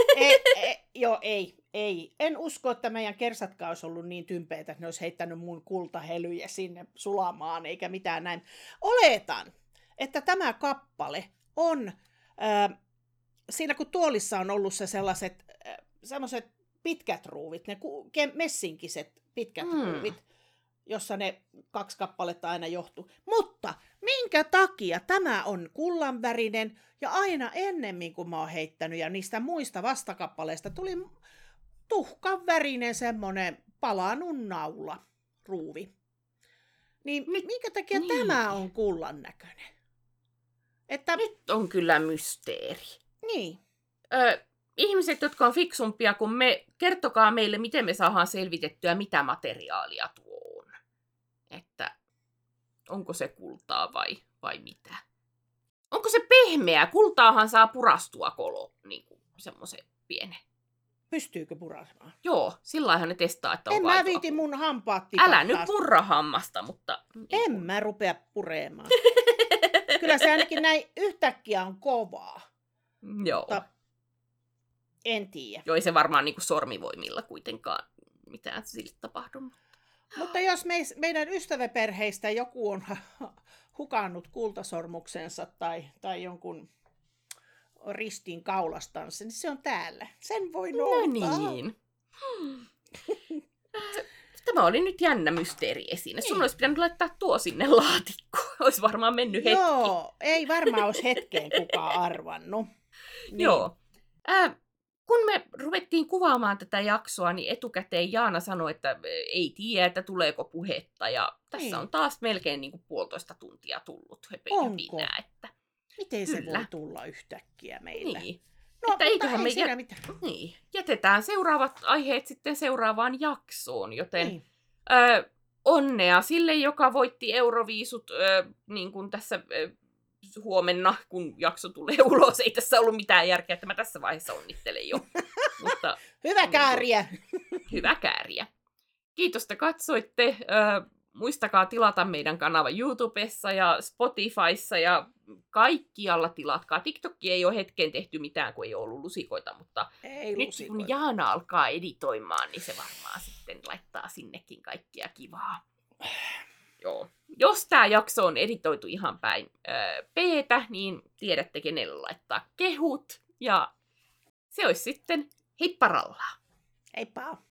Ei. En usko, että meidän kersatkaan olisi ollut niin tympeitä, että ne olisi heittänyt mun kultahelyjä sinne sulamaan, eikä mitään näin. Oletan, että tämä kappale on, siinä kun tuolissa on ollut se sellaiset pitkät ruuvit, ne messinkiset pitkät ruuvit, jossa ne 2 kappaletta aina johtuu. Mutta minkä takia tämä on kullanvärinen ja aina ennemmin kuin mä oon heittänyt ja niistä muista vastakappaleista tuli tuhkanvärinen semmoinen palanut naula, ruuvi. Niin minkä takia tämä on kullan näköinen? Nyt on kyllä mysteeri. Niin. Ihmiset, jotka on fiksumpia kuin me, kertokaa meille, miten me saadaan selvitettyä, mitä materiaalia tuo on. Että onko se kultaa vai mitä? Onko se pehmeä? Kultaahan saa purastua niin kuin semmoisen pienen. Pystyykö purasemaan? Joo, sillähän ne testaa, että on En mä viiti mun hampaat tipahtaa. Älä nyt purra hammasta, mutta... En mä rupea puremaan. Kyllä se ainakin näin yhtäkkiä on kovaa. Joo. Mutta en tiedä. Joo, ei se varmaan niin kuin sormivoimilla kuitenkaan mitään sille tapahdu. Mutta jos meidän ystäväperheistä joku on hukannut kultasormuksensa tai jonkun ristiin kaulastansa, niin se on täällä. Sen voi noutaa. No niin. Tämä oli nyt jännä mysteeri esine. Sun Niin. olisi pitänyt laittaa tuo sinne laatikkoon. Olisi varmaan mennyt hetki. Joo, ei varmaan olisi hetkeen kukaan arvannut. Niin. Joo. Kun me ruvettiin kuvaamaan tätä jaksoa, niin etukäteen Jaana sanoi, että ei tiedä, että tuleeko puhetta. Ja tässä Niin. on taas melkein niin kuin 1,5 tuntia tullut Onko? että Miten se Kyllä. voi tulla yhtäkkiä meille? niin. No, Että eiköhän ei me siinä mitään. Niin. Jätetään seuraavat aiheet sitten seuraavaan jaksoon, joten Niin. onnea sille, joka voitti Euroviisut niin kuin tässä huomenna, kun jakso tulee ulos. Ei tässä ollut mitään järkeä, että mä tässä vaiheessa onnittelen jo. Mutta Hyvä kääriä! hyvä kääriä. Kiitos, että katsoitte. Muistakaa tilata meidän kanava YouTubessa ja Spotifyssa ja kaikkialla tilatkaa. TikTokki ei ole hetken tehty mitään, kun ei ole ollut lusikoita, mutta Ei nyt lusikoita. kun Jaana alkaa editoimaan, niin se varmaan sitten laittaa sinnekin kaikkia kivaa. Joo. Jos tämä jakso on editoitu ihan päin P-tä, niin tiedätte, kenelle laittaa kehut. Ja se olisi sitten heipparallaa. Heippa!